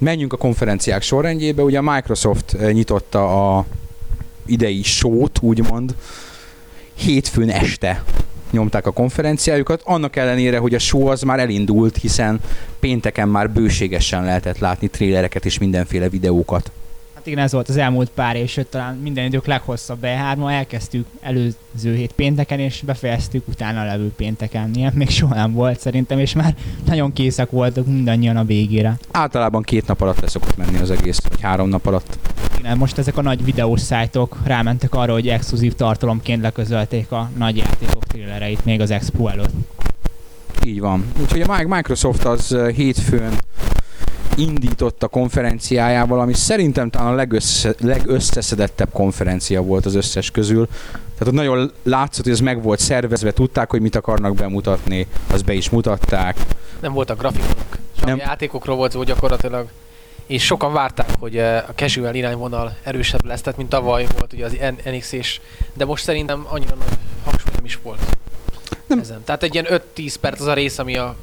Menjünk a konferenciák sorrendjébe. Ugye a Microsoft nyitotta a idei show-t, úgymond. Hétfőn este nyomták a konferenciájukat, annak ellenére, hogy a show az már elindult, hiszen pénteken már bőségesen lehetett látni trélereket és mindenféle videókat. Hát igen, ez volt az elmúlt pár és talán minden idők leghosszabb E3-ma. Elkezdtük előző hét pénteken, és befejeztük utána levő pénteken. Ilyen még soha nem volt szerintem, és már nagyon készek voltak mindannyian a végére. Általában 2 nap alatt leszokott menni az egész, vagy 3 nap alatt. Igen, most ezek a nagy videós szájtok rámentek arra, hogy exkluzív tartalomként leközölték a nagy játékok trélereit még az Expo előtt. Így van. Úgyhogy a Microsoft az hétfőn indított a konferenciájával, ami szerintem talán a legösszeszedettebb konferencia volt az összes közül. Tehát ott nagyon látszott, hogy ez meg volt szervezve, tudták, hogy mit akarnak bemutatni, azt be is mutatták. Nem voltak grafikonok, csak nem. játékokról volt szó gyakorlatilag. És sokan várták, hogy a casual irányvonal erősebb lesz, tehát mint tavaly volt ugye az NX és, de most szerintem annyira nagy hangsúly nem is volt nem. Ezen. Tehát egy ilyen 5-10 perc az a rész,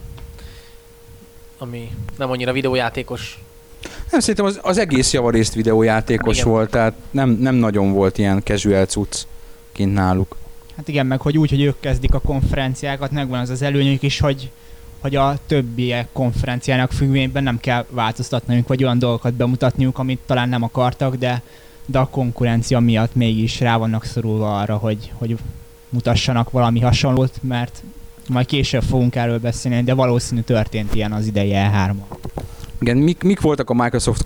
ami nem annyira videójátékos. Nem, szerintem az egész javarészt videójátékos igen. volt, tehát nem nagyon volt ilyen casual cucc kint náluk. Hát igen, meg hogy úgy, hogy ők kezdik a konferenciákat, megvan az az előnyük is, hogy a többiek konferenciának függvényben nem kell változtatniuk, vagy olyan dolgokat bemutatniuk, amit talán nem akartak, de a konkurencia miatt mégis rá vannak szorulva arra, hogy mutassanak valami hasonlót, mert majd később fogunk erről beszélni, de valószínű történt ilyen az idei E3-on. Igen, mik voltak a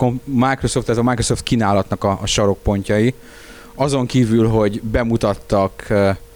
Microsoft kínálatnak a sarokpontjai? Azon kívül, hogy bemutattak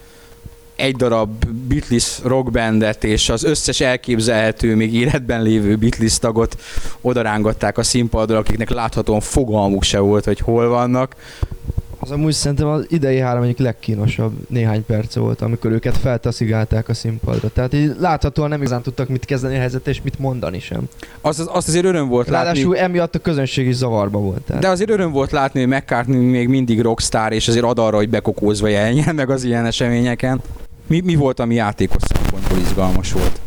egy darab Beatles rockbandet, és az összes elképzelhető, még életben lévő Beatles tagot odarángatták a színpadra, akiknek láthatóan fogalmuk se volt, hogy hol vannak. Az amúgy szerintem az idei 3 egyik legkínosabb néhány perc volt, amikor őket feltaszigálták a színpadra. Tehát így láthatóan nem igazán tudtak mit kezdeni a helyzetet, és mit mondani sem. Azt azért öröm volt látni. Ráadásul emiatt a közönség is zavarba volt. Tehát. De azért öröm volt látni, hogy McCartney még mindig rockstar, és azért ad arra, hogy bekokózva jelenjen meg az ilyen eseményeken. Mi volt, ami játékos szempontból izgalmas volt?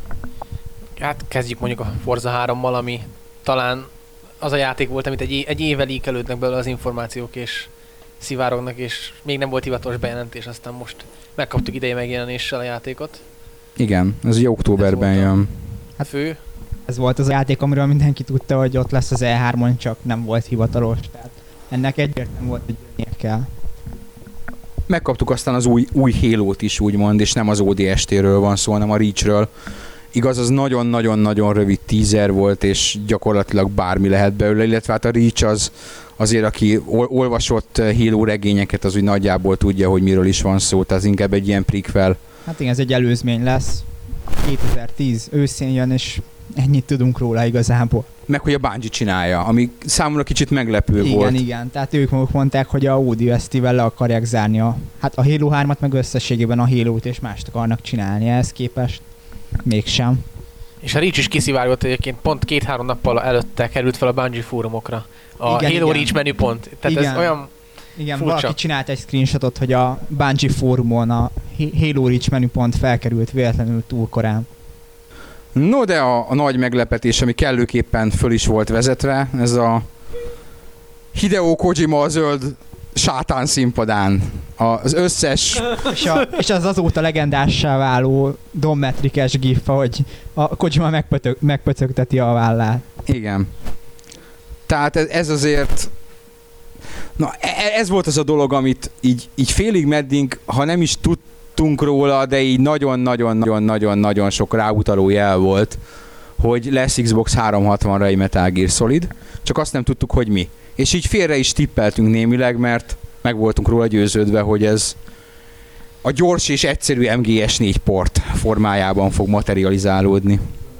Hát kezdjük mondjuk a Forza 3-mal, ami talán az a játék volt, amit egy évvel líkelődnek belőle az információk, és szivárognak, és még nem volt hivatalos bejelentés, aztán most megkaptuk idei megjelenéssel a játékot. Igen, ez ugye októberben jön. Hát fő. Ez volt az a játék, amiről mindenki tudta, hogy ott lesz az E3-on, csak nem volt hivatalos. Tehát ennek egyértelmű volt, hogy jönnie kell. Megkaptuk aztán az új Halo-t is, úgymond, és nem az ODST-ről van szó, hanem a Reach-ről. Igaz, az nagyon-nagyon-nagyon rövid teaser volt, és gyakorlatilag bármi lehet belőle, illetve hát a Reach azért, aki olvasott Halo regényeket, az úgy nagyjából tudja, hogy miről is van szó, tehát inkább egy ilyen prequel. Hát igen, ez egy előzmény lesz. 2010 őszén jön, és ennyit tudunk róla igazából. Meg hogy a Bungie csinálja, ami számomra kicsit meglepő igen, volt. Igen, tehát ők maguk mondták, hogy a ODST-vel le akarják zárni a Halo 3-at, meg összességében a Halo-t, és mást akarnak csinálni ehhez képest. Mégsem. És a Reach is kiszivárgott egyébként, pont 2-3 nappal előtte került fel a Bungie fórumokra. A igen, Halo Reach menüpont. Tehát igen. Ez olyan igen, furcsa. Valaki csinált egy screenshotot, hogy a Bungie fórumon a Halo Reach menüpont felkerült véletlenül túl korán. No, de a nagy meglepetés, ami kellőképpen föl is volt vezetve, ez a Hideo Kojima a zöld sátán színpadán. Az összes... és az azóta legendássá váló dommetrikes gif, hogy a Kojima megpöcögteti a vállát. Igen. Tehát ez azért... Na, ez volt az a dolog, amit így félig meddig, ha nem is tudtunk róla, de így nagyon-nagyon-nagyon-nagyon sok ráutaló jel volt, hogy lesz Xbox 360-ra egy Metal Gear Solid, csak azt nem tudtuk, hogy mi. És így félre is tippeltünk némileg, mert meg voltunk róla győződve, hogy ez a gyors és egyszerű MGS4 port formájában fog materializálódni.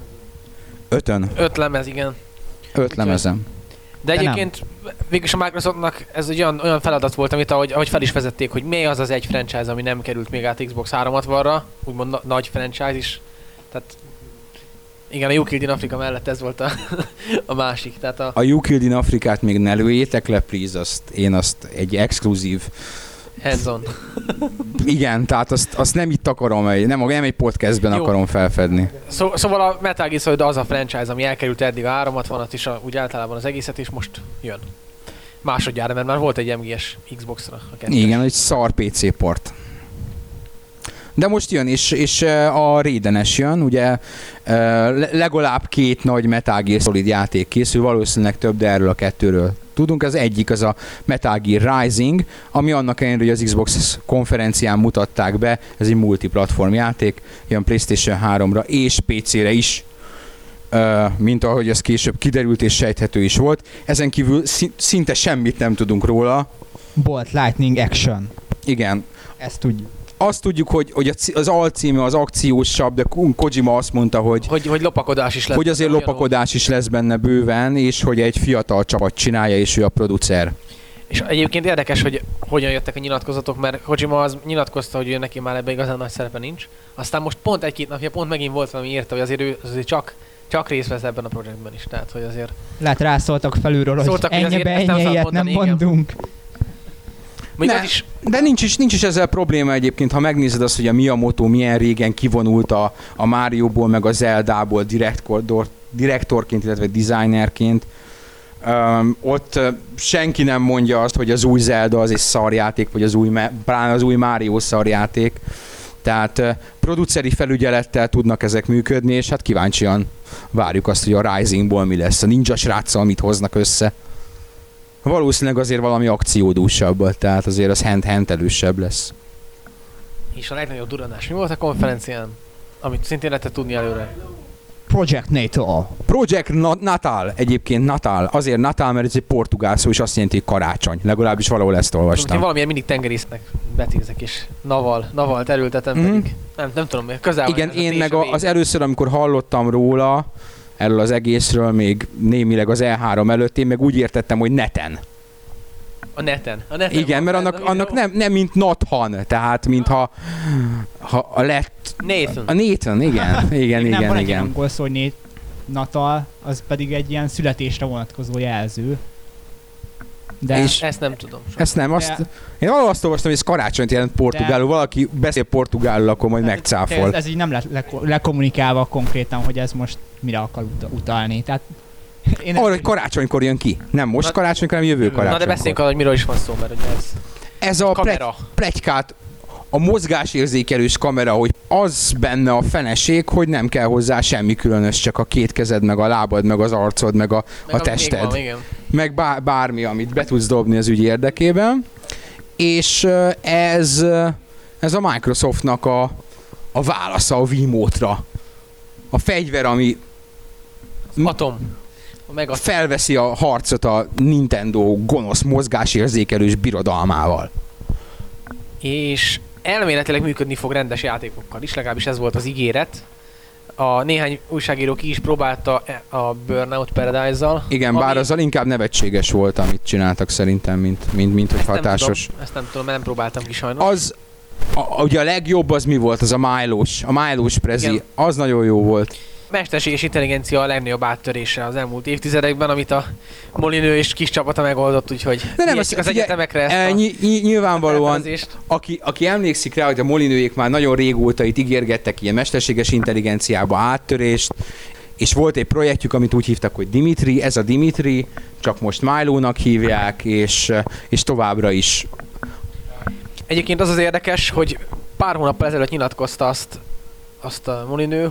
5 lemez, igen. 5 lemezem. De egyébként végülis a Microsoftnak ez egy olyan feladat volt, amit ahogy fel is vezették, hogy mi az egy franchise, ami nem került még át Xbox 360-ra, úgymond nagy franchise is. Tehát igen, a You Killed in Africa mellett ez volt a másik. Tehát a You Killed in Afrikát még ne lőjétek le, please, én azt egy exkluzív Hands-on. Igen, tehát azt nem itt akarom, nem egy podcastben Jó. akarom felfedni. Szóval a Metal Gear Solid az a franchise, ami elkerült eddig a 360-at, és úgy általában az egészet, és most jön. Másodjára, mert már volt egy MGS Xbox-ra. Igen, egy szar PC port. De most jön, és a Raiden-es jön, ugye legalább 2 nagy Metal Gear Solid játék készül, valószínűleg több, de erről a 2-ről tudunk. Az egyik az a Metal Gear Rising, ami annak ellenére, hogy az Xbox konferencián mutatták be, ez egy multiplatform játék, jön PlayStation 3-ra és PC-re is, mint ahogy ez később kiderült és sejthető is volt. Ezen kívül szinte semmit nem tudunk róla. Bolt Lightning Action. Igen. Ezt tudjuk. Azt tudjuk, hogy az alcíme az akciósabb, de Kojima azt mondta, hogy lopakodás is lesz. Hogy azért lopakodás is lesz benne bőven, és hogy egy fiatal csapat csinálja, és ő a producer. És egyébként érdekes, hogy hogyan jöttek a nyilatkozatok, mert Kojima az nyilatkozta, hogy ő neki már ebben igazán nagy szerepe nincs. Aztán most pont 1-2 napja pont megint volt valami írta, hogy azért ő azért csak részt vesz ebben a projektben is. Tehát, hogy azért... Lehet rászóltak felülről, hogy ennyibe ilyet nem mondunk. De nincs is ezzel probléma egyébként, ha megnézed azt, hogy a Miyamoto milyen régen kivonult a Marioból, meg a Zeldából direktorként, illetve designerként. Ott senki nem mondja azt, hogy az új Zelda az egy szarjáték, vagy az új Mario szarjáték. Tehát produceri felügyelettel tudnak ezek működni, és hát kíváncsian várjuk azt, hogy a Risingból mi lesz, a ninja sráccal mit hoznak össze. Valószínűleg azért valami akciódúsabb, tehát azért az hentelősebb lesz. És a legnagyobb duranás mi volt a konferencián? Amit szintén lehetett tudni előre. Project Natal. Project Natal, egyébként Natal. Azért Natal, mert ez egy portugál szó, és azt jelenti, hogy karácsony. Legalábbis valahol ezt olvastam. Én valamilyen mindig tengerésznek betézek, és naval terültetem pedig. Nem tudom, közel igen, én meg az először, amikor hallottam róla, erről az egészről, még némileg az E3 előtt, én meg úgy értettem, hogy neten. A neten. Igen, mert annak nem mint Nathan, tehát mintha a lett... Nathan. A Nathan, igen. Nem van egy igen. angol szó, hogy Natal, az pedig egy ilyen születésre vonatkozó jelző. De és ezt nem tudom. Ezt nem, én valahol azt olvastam, hogy ez karácsonyt jelent portugálul, valaki beszél portugálul, akkor majd megcáfol. Ez így nem lekommunikálva konkrétan, hogy ez most mire akar utalni. Tehát arra, hogy karácsonykor jön ki. Nem most karácsonykor, hanem jövő karácsonykor. Na de beszéljünk arra, hogy miről is van szó, mert ugye ez a pletykát, a mozgásérzékelős kamera, hogy az benne a feneség, hogy nem kell hozzá semmi különös, csak a 2 kezed, meg a lábad, meg az arcod, meg a tested. Van, meg bármi, amit be tudsz dobni az ügy érdekében. És ez a Microsoftnak a válasza a Wiimote-ra. A fegyver, ami Atom. felveszi a harcot a Nintendo gonosz mozgásérzékelős birodalmával. És elméletileg működni fog rendes játékokkal is, legalábbis ez volt az ígéret. A néhány újságíró ki is próbálta a Burnout Paradise-zal. Igen, bár azzal inkább nevetséges volt, amit csináltak szerintem, mint hogy hatásos. Ezt nem tudom, mert nem próbáltam ki sajnos. Ugye a legjobb az mi volt? Az a Milo-s prezi. Igen. Az nagyon jó volt. Mesterséges intelligencia a legnagyobb áttörése az elmúlt évtizedekben, amit a Molinő és kis csapata megoldott, úgyhogy az egyetemekre ezt nyilvánvalóan, aki emlékszik rá, hogy a Molinőjék már nagyon régóta itt ígérgettek ilyen mesterséges intelligenciába áttörést, és volt egy projektjük, amit úgy hívtak, hogy Dimitri, ez a Dimitri, csak most Milo-nak hívják, és továbbra is. Egyébként az érdekes, hogy pár hónappal ezelőtt nyilatkozta azt a Molinő,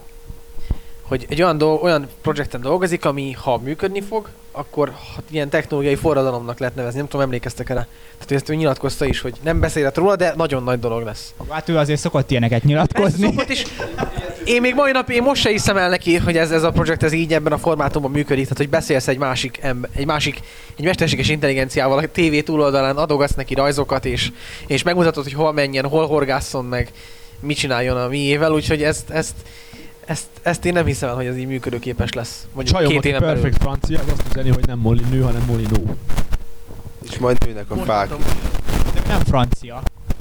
hogy egy olyan projekten dolgozik, ami ha működni fog, akkor ilyen technológiai forradalomnak lehet nevezni. Nem tudom, emlékeztek erre. Tehát ezt ő nyilatkozta is, hogy nem beszélhet róla, de nagyon nagy dolog lesz. Hát ő azért szokott ilyeneket nyilatkozni. Szokott is. Én még mai napig most se hiszem el neki, hogy ez a projekt ez így ebben a formátumban működik. Tehát, hogy beszélsz egy mesterséges intelligenciával a tévé túloldalán, adogatsz neki rajzokat, és megmutatod, hogy hol menjen, hol horgásszon meg, mit csináljon a miével, úgyhogy ezt én nem hiszem el, hogy ez így működőképes lesz. Mondjuk Csajom, 2 éven belül. Perfect francia, az azt üzeni, hogy nem Molinő, hanem Molinó. És majd nőnek a fák. Nem francia.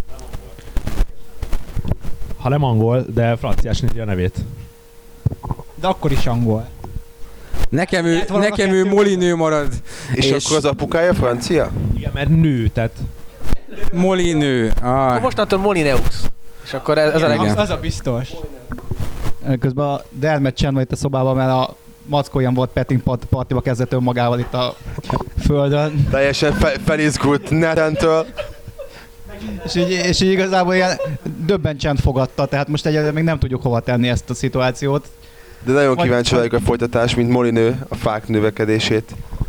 Ha nem angol, de franciásan írja a nevét. De akkor is angol. Nekem ő Molinő marad. És akkor az apukája francia? Igen, mert nő, tehát... Molinő. Ah. Mostantól Molineux. És akkor ez a Igen. Az a biztos. Közben a dermed csend van itt a szobában, mert a Mackó ilyen volt petting partiba kezdett önmagával itt a földön. Teljesen felizgult netentől. És így igazából ilyen döbben csend fogadta, tehát most egyelőre még nem tudjuk hova tenni ezt a szituációt. De nagyon kíváncsi vagyok a folytatás, mint Molinő a fák növekedését.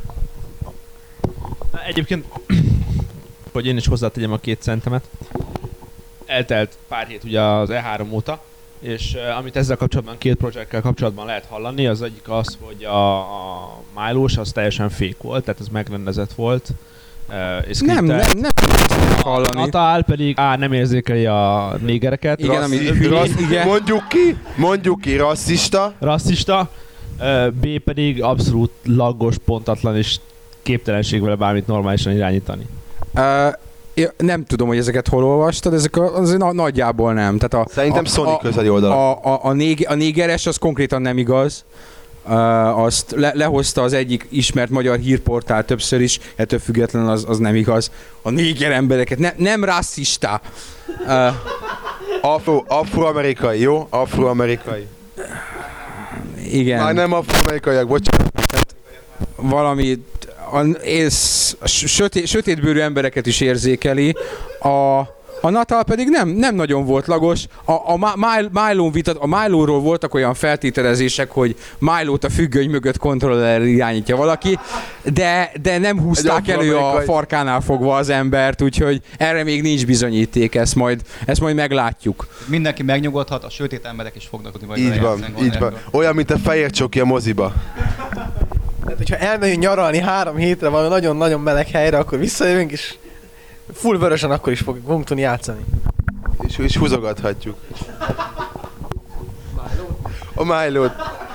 Egyébként, hogy én is hozzátegyem a 2 centemet, eltelt pár hét ugye az E3 óta, és amit ezzel kapcsolatban, 2 projektkel kapcsolatban lehet hallani, az egyik az, hogy a Milo-s az teljesen fake volt, tehát ez megrendezett volt. És Nem hallani. Natal pedig nem érzékeli a négereket. Igen, ami igen. Mondjuk ki, rasszista. B pedig abszolút laggos, pontatlan és képtelenség vele bármit normálisan irányítani. Nem tudom, hogy ezeket hol olvastad, ezek azért nagyjából nem. Tehát Szerintem Sony közeli oldala. A négeres az konkrétan nem igaz. Azt lehozta az egyik ismert magyar hírportál többször is, ettől függetlenül az nem igaz. A néger embereket nem rasszista. Afroamerikai, jó? Afroamerikai. Igen. Már nem afroamerikaiak, bocsánat. Valami sötétbőrű embereket is érzékeli. A Natal pedig nem nagyon volt lagos. A Milo-ról voltak olyan feltételezések, hogy Milo-t a függöny mögött kontroller irányítja valaki, de nem húzták elő a farkánál fogva az embert, úgyhogy erre még nincs bizonyíték, ezt majd meglátjuk. Mindenki megnyugodhat, a sötét emberek is fognak tudni. Így van. Olyan, mint a fehér csoki a moziba. Tehát, hogyha elmegyünk nyaralni 3 hétre valami nagyon-nagyon meleg helyre, akkor visszajövünk, és full vörösen akkor is fogunk tudni játszani. És húzogathatjuk. A Milo-t.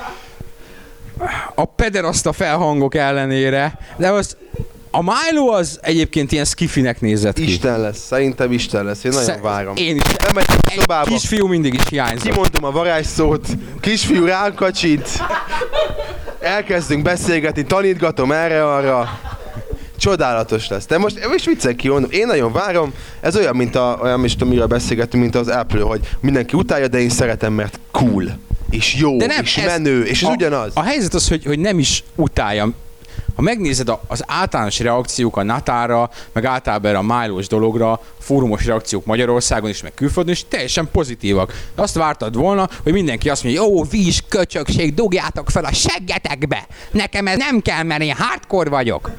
A pederasta felhangok ellenére, de a Milo az egyébként ilyen skifinek nézett ki. Isten lesz, szerintem Isten lesz, én nagyon várom. Én is. Bemegyek a szobába, Kisfiú mindig is hiányzott. kimondom a varázsszót, kisfiú ránk kacsint, elkezdünk beszélgetni, tanítgatom erre-arra. Csodálatos lesz. De most viccen kimondom, én nagyon várom, ez olyan, mint olyan is tudom, miről beszélgettünk, mint az Apple, hogy mindenki utálja, de én szeretem, mert cool, és jó, és menő, és ez ugyanaz. A helyzet az, hogy nem is utálja. Ha megnézed az általános reakciók a Natalra, meg általában a Milo-s dologra, fórumos reakciók Magyarországon is, meg külföldön is teljesen pozitívak. Azt vártad volna, hogy mindenki azt mondja, jó, víz, köcsökség, dugjátok fel a seggetekbe! Nekem ez nem kell, mert én hardcore vagyok.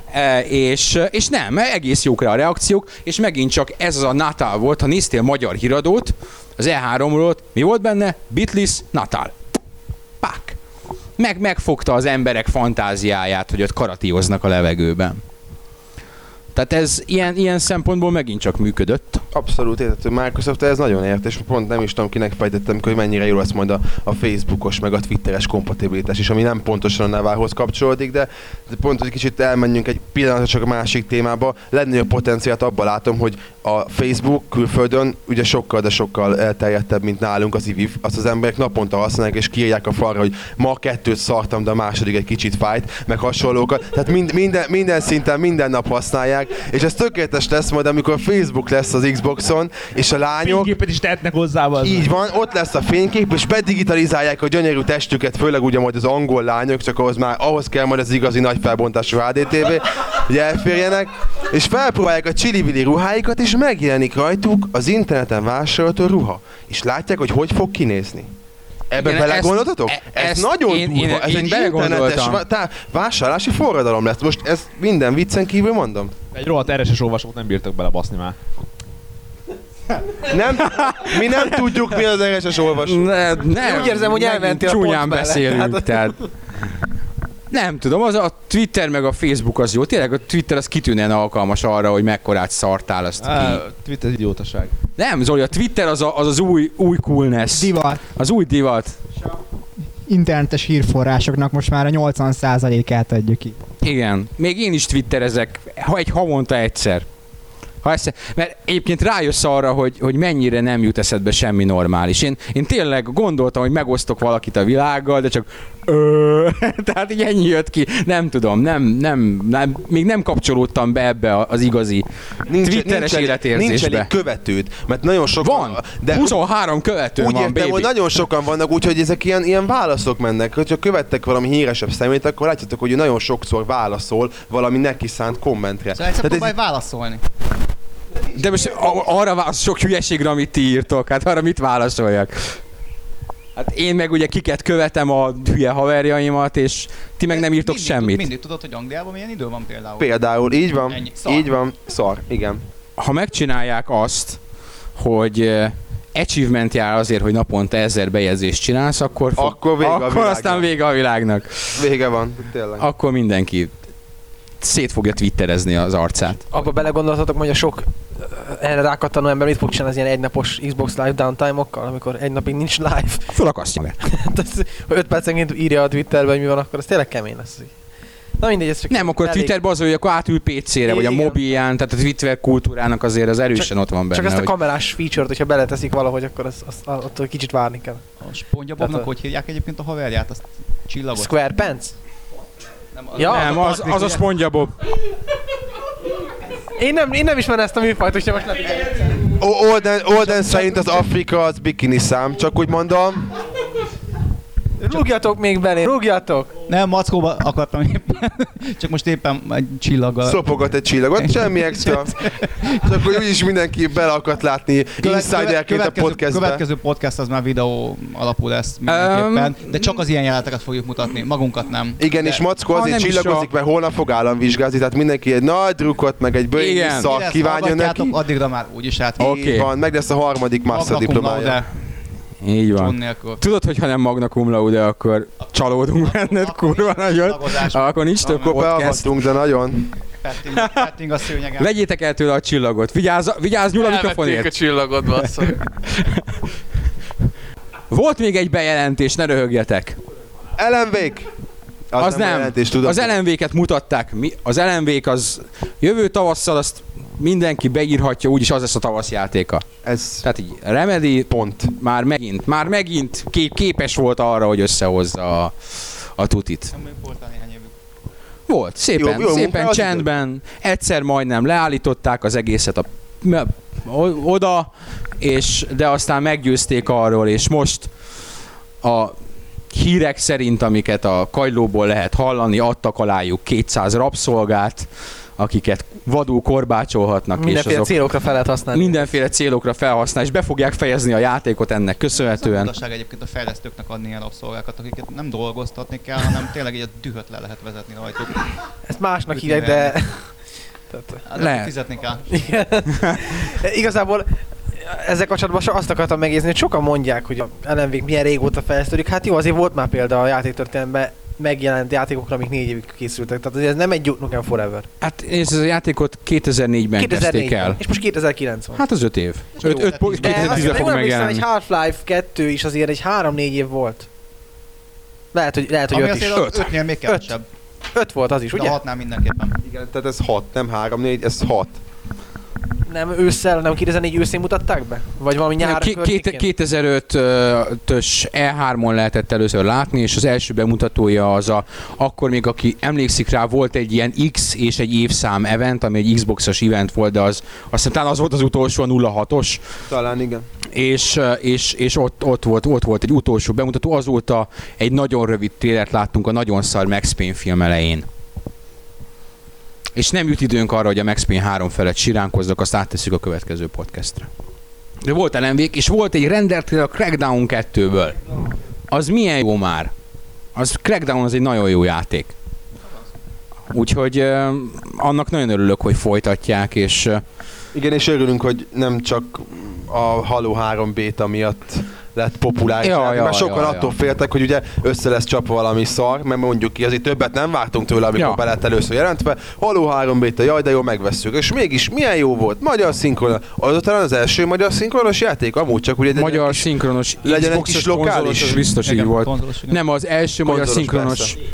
És nem, egész jók rá a reakciók, és megint csak ez az a Natal volt, ha néztél magyar híradót, az E3-ról, mi volt benne? Beatles, Natal. Pák. Megfogta az emberek fantáziáját, hogy ott karatíoznak a levegőben. Tehát ez ilyen szempontból megint csak működött. Abszolút értető. Microsoft ez nagyon ért, és pont nem is tudom, kinek fejtettem, hogy mennyire jó lesz majd a Facebookos, meg a Twitteres kompatibilitás is, ami nem pontosan a Navalhoz kapcsolódik, de pont, hogy kicsit elmenjünk egy pillanatra csak a másik témába, legnagyobb potenciált abban látom, hogy a Facebook külföldön ugye sokkal, de sokkal elterjedtebb, mint nálunk az IVIV. Azt az emberek naponta használják, és kiírják a falra, hogy ma 2 szartam, de a második egy kicsit fájt, meg hasonlókat. Tehát minden szinten, minden nap használják, és ez tökéletes lesz majd, amikor Facebook lesz az Xboxon, és a lányok... Fényképet is tehetnek hozzá. Így van, ott lesz a fénykép, és bedigitalizálják a gyönyörű testüket, főleg ugye majd az angol lányok, csak ahhoz kell majd az igazi nagy felbontású HDTV, hogy elférjenek, és felpróbálják a csili-vili ruháikat, és megjelenik rajtuk az interneten vásárolható ruha. És látják, hogy fog kinézni. Ebbe belegondoltatok? Ez nagyon durva, ez egy internetes vásárlási forradalom lesz. Most ezt minden viccen kívül mondom. Egy rohadt RSS olvasót nem bírtak belebaszni már. Mi nem tudjuk, mi az RSS olvasó. Nem, úgy érzem, hogy elmentél a csúnyán pont beszélünk, tehát... Nem tudom, az a Twitter meg a Facebook az jó. Tényleg a Twitter az kitűnően alkalmas arra, hogy mekkorát szartál azt. Twitter idiótaság. Nem, Zoli, a Twitter az új coolness. Divat. Az új divat. Internetes hírforrásoknak most már a 80%-át adja ki. Igen. Még én is twitterezek, egy havonta egyszer. Mert egyébként rájössz arra, hogy mennyire nem jut eszedbe semmi normális. Én tényleg gondoltam, hogy megosztok valakit a világgal, de csak tehát így ennyi jött ki. Nem tudom, még nem kapcsolódtam be ebbe az igazi twitteres életérzésbe. Nincs elég követőd, mert nagyon sokan... Van, de 23 követőm úgy van, értem, baby. hogy nagyon sokan vannak, úgyhogy ezek ilyen válaszok mennek. Hogyha követtek valami híresebb szemét, akkor látjátok, hogy ő nagyon sokszor válaszol valami neki szánt kommentre. Szóval egyszer próbálj válaszolni. De most arra sok hülyeségre, amit ti írtok, hát arra mit válaszoljak? Hát én meg ugye kiket követem a hülye haverjaimat, és ti meg nem írtok semmit. Mindig tudod, hogy Angliában milyen idő van például. Például, így van, Ennyi. Szar. így van, szar, igen. Ha megcsinálják azt, hogy achievement jár azért, hogy naponta 1000 bejegyzést csinálsz, akkor vége a világnak. aztán vége a világnak. Vége van, tényleg. Akkor mindenki szét fogja twitterezni az arcát. Abba belegondoltatok, hogy a sok erre rákattanó ember mit fog csinálni az ilyen egynapos Xbox Live downtime-okkal, amikor egy napig nincs live. Fölakasztja magát. Ha 5 percenként írja a Twitterben, hogy mi van, akkor az tényleg kemény lesz. Na mindegy, ez csak Nem, akkor a Twitterbe az, hogy akkor átül PC-re, vagy a Igen. mobilján, tehát a Twitter kultúrának azért az erősen ott van benne. Csak ezt a hogy... kamerás feature-t, hogyha beleteszik valahogy, akkor attól kicsit várni kell. A SpongeBobnak hogy hívják egyébként a haverját? Azt csillagot? SquarePants? Nem, Ja, Nem, az a SpongeBob. Én nem ismerem ezt a műfajt, hogyha most nem Olden szerint az Afrika az bikini szám, csak úgy mondom. Rúgjatok még belé, rúgjatok! Nem, mackóba akartam éppen. Csak most éppen egy csillaggal. Szopogat egy csillagot, semmi extra. Csak hogy úgyis mindenki bele akart látni insiderként a podcastbe. Következő podcast az már videó alapú lesz mindenképpen, de csak az ilyen jeleneteket fogjuk mutatni, magunkat nem. Igen, de és Mackó azért nem is csillagozik, mert holnap fog államvizsgázni, tehát mindenki egy nagy drukkot, meg egy bőjnyi Igen. szak kívánja neki. Addigra már úgyis át. Oké. Így van, meg lesz a harmadik master diplomája. Így van. John nélkül. Tudod, hogy ha nem magna cum laude, akkor csalódunk benned kurva nagyon. Akkor nincs több Akkor podcast. beavattunk, de nagyon. Petting a szőnyegen. Vegyétek el tőle a csillagot. Vigyázz nyúl a mikrofonért. a csillagot, basszol. Volt még egy bejelentés, ne röhögjetek. LMV-k! Az nem. Jelentés, tudom. Az LMV-ket mutatták. Az LMV-k az jövő tavasszal azt mindenki beírhatja, úgyis az lesz a tavasz játéka. Ez Tehát így Remedy pont. már megint képes volt arra, hogy összehozza a tutit. Voltál néhány évük. Volt, szépen Jó munka, az csendben, egyszer majdnem leállították az egészet oda, de aztán meggyőzték arról, és most a hírek szerint, amiket a kagylóból lehet hallani, adtak alájuk 200 rabszolgát, akiket vadul korbácsolhatnak. Mindenféle és azok célokra fel lehet használni. mindenféle célokra felhasználni, és be fogják fejezni a játékot ennek köszönhetően. Ez a fontoság egyébként a fejlesztőknek adni ilyen rabszolgákat, akiket nem dolgoztatni kell, hanem tényleg így a dühöt le lehet vezetni rajtuk. Ezt másnak Ütni hívják, de... Hát Lehet. fizetni kell. Igen. Igazából ezzel kapcsolatban azt akartam megérzni, hogy sokan mondják, hogy a LMV milyen régóta fejlesztődik. Hát jó, azért volt már példa a játéktörténelemben megjelent játékokra, amik 4 évig készültek. Tehát azért ez nem egy Duke Nukem Forever. Hát ez a játékot 2004-ben kezdték el. És most 2009 van. Hát az 5 év. Jó, 2010-ben fog megjelenni. egy Half-Life 2 is azért egy 3-4 év volt. Lehet, hogy Ami 5 is. azért az 5-nél még kevesebb. 5 volt az is, De ugye? 6-nál mindenképpen. Igen, tehát ez 6, nem 3, 4, ez 6. Nem ősszel, nem 2004 őszén mutatták be? Vagy valami nyár környékén? 2005-ös E3-on lehetett először látni, és az első bemutatója az akkor még aki emlékszik rá, volt egy ilyen X és egy évszám event, ami egy Xbox-os event volt, de azt hiszem talán az volt az utolsó, a 06-os. Talán igen. És ott volt egy utolsó bemutató, azóta egy nagyon rövid trélert láttunk a nagyon szar Max Payne film elején. És nem jut időnk arra, hogy a Max Payne 3 felett siránkozzak, azt áttesszük a következő podcastra. De volt LMV-k, és volt egy rendelt a Crackdown 2-ből. Az milyen jó már. Az Crackdown az egy nagyon jó játék. Úgyhogy annak nagyon örülök, hogy folytatják, és... Igen, és örülünk, hogy nem csak a Halo 3 beta miatt lett populáris. Mert sokan attól féltek, hogy ugye össze lesz csapva valami szar, mert mondjuk ki, azért többet nem vártunk tőle, amikor be lett először jelentve. Halo 3 beta, jaj, de jó, megvesszük. És mégis milyen jó volt. Magyar szinkron. Az talán az első magyar szinkronos játék, amúgy csak ugye... Magyar szinkronos, legyen egy kis lokális. konzolos, az biztos így volt. Nem, az első magyar szinkronos...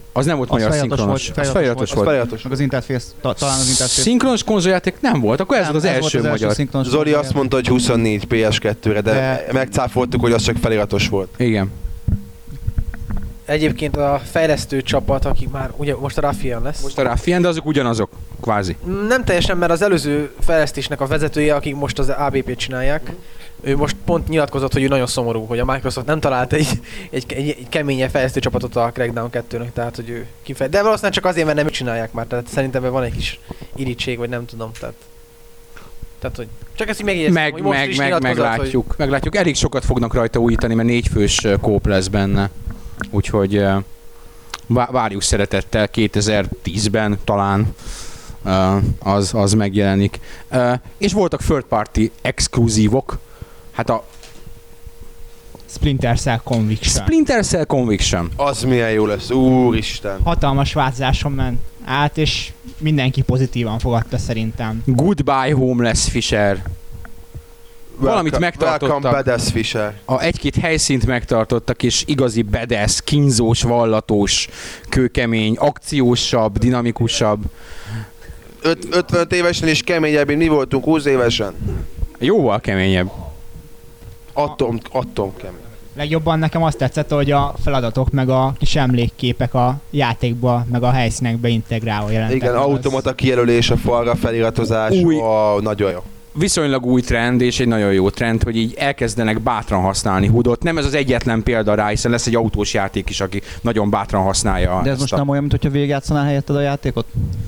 Az nem volt Az magyar feliratos szinkronos. volt, Az feliratos volt. Feliratos. Meg az Interface, talán az Interface. Szinkronos konzoljáték nem volt, akkor ez Nem, volt az első magyar. szinkronos Zoli azt konzoljáték. mondta, hogy 24 PS2-re, de De- megcáfoltuk, hogy az csak feliratos volt. Igen. Egyébként a fejlesztő csapat, aki már ugye most a Raffian lesz. Most a Raffian, de azok ugyanazok, kvázi. Nem teljesen, mert az előző fejlesztésnek a vezetője, akik most az ABP-t csinálják, ő most pont nyilatkozott, hogy ő nagyon szomorú, hogy a Microsoft nem talált egy keményebb fejlesztő csapatot a Crackdown 2-nek, tehát hogy ő kifejezett. De valószínűleg csak azért, mert nem ők csinálják már, tehát szerintem van egy kis irítség, vagy nem tudom, tehát hogy csak ezt így megjegyeztem, hogy most is nyilatkozott, meglátjuk. Meglátjuk. Elég sokat fognak rajta újítani, mert 4 fős kóp lesz benne. Úgyhogy várjuk szeretettel 2010-ben talán az megjelenik. És voltak third party exkluzívok. Hát a Splinter Cell Conviction. Splinter Cell Conviction. Az milyen jó lesz, úristen. Hatalmas változáson ment át, és mindenki pozitívan fogadta szerintem. Goodbye Homeless Fisher. Valamit megtartottak. Welcome Badass Fisher. Egy-két helyszínt megtartottak, és igazi badass, kínzós, vallatos, kőkemény, akciósabb, dinamikusabb. 55 évesen és keményebb, mint mi voltunk 20 évesen. Jóval keményebb. Atom kemény. Legjobban nekem azt tetszett, hogy a feladatok meg a kis emlékképek a játékba, meg a helyszínekbe integrálva jelentek. Igen, meg. automata kijelölés, a falra feliratozás, nagyon jó. Viszonylag új trend, és egy nagyon jó trend, hogy így elkezdenek bátran használni HUD-ot. Nem ez az egyetlen példa rá, hiszen lesz egy autós játék is, aki nagyon bátran használja. De ez ezt most nem olyan, mint hogyha végigjátszanál helyetted a játékot?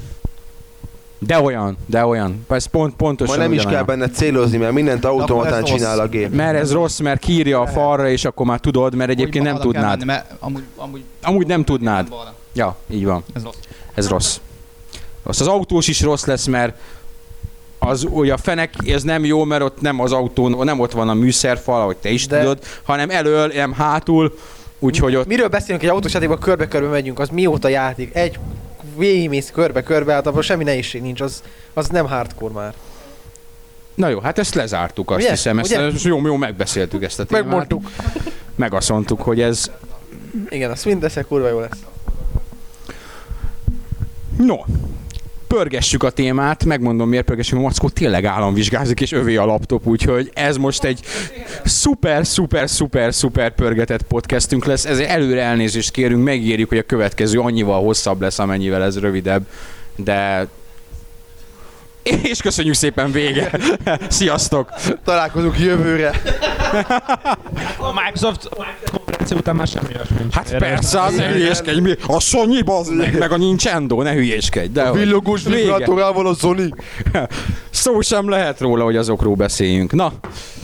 De olyan. Ez pontosan Majd nem is ugyanolyan. kell benne célozni, mert mindent automatán ez rossz. csinál a gép. Mert ez rossz, mert kiírja a falra, és akkor már tudod, mert egyébként nem tudnád. Menni, mert amúgy Amúgy nem tudnád. balra. Ja, így van. Ez rossz. Ez rossz. Az autós is rossz lesz, mert az, hogy a fenek, ez nem jó, mert ott nem az autón, nem ott van a műszerfal, ahogy te is tudod, hanem elől, nem hátul, úgyhogy ott... Miről beszélünk, egy autós játékban körbe-körbe megyünk, az mióta játék? Egy végigmész körbe-körbe, hát abban semmi nehézség nincs, az nem hardcore már. Na jó, hát ezt lezártuk, azt Ugye? hiszem, ezt Ugye? jó megbeszéltük ezt a témát. Megmondtuk. Megasszontuk, hogy ez... Igen, a Splinter Cell kurva jó lesz. No, pörgessük a témát, megmondom miért pörgessük, a Mackó tényleg államvizsgázik, és övé a laptop, úgyhogy ez most egy szuper pörgetett podcastünk lesz, ezért előre elnézést kérünk, megírjuk, hogy a következő annyival hosszabb lesz, amennyivel ez rövidebb, de... És köszönjük szépen, vége! Sziasztok! Találkozunk jövőre. A Microsoft konferencia után már semmi olyasmi nincs. Hát persze, ne hülyéskedj, a Sony bazd meg a Nintendo, ne hülyéskedj, de... Villogós Vége. vibrátorával a Sony. Szó sem lehet róla, hogy azokról beszéljünk. Na,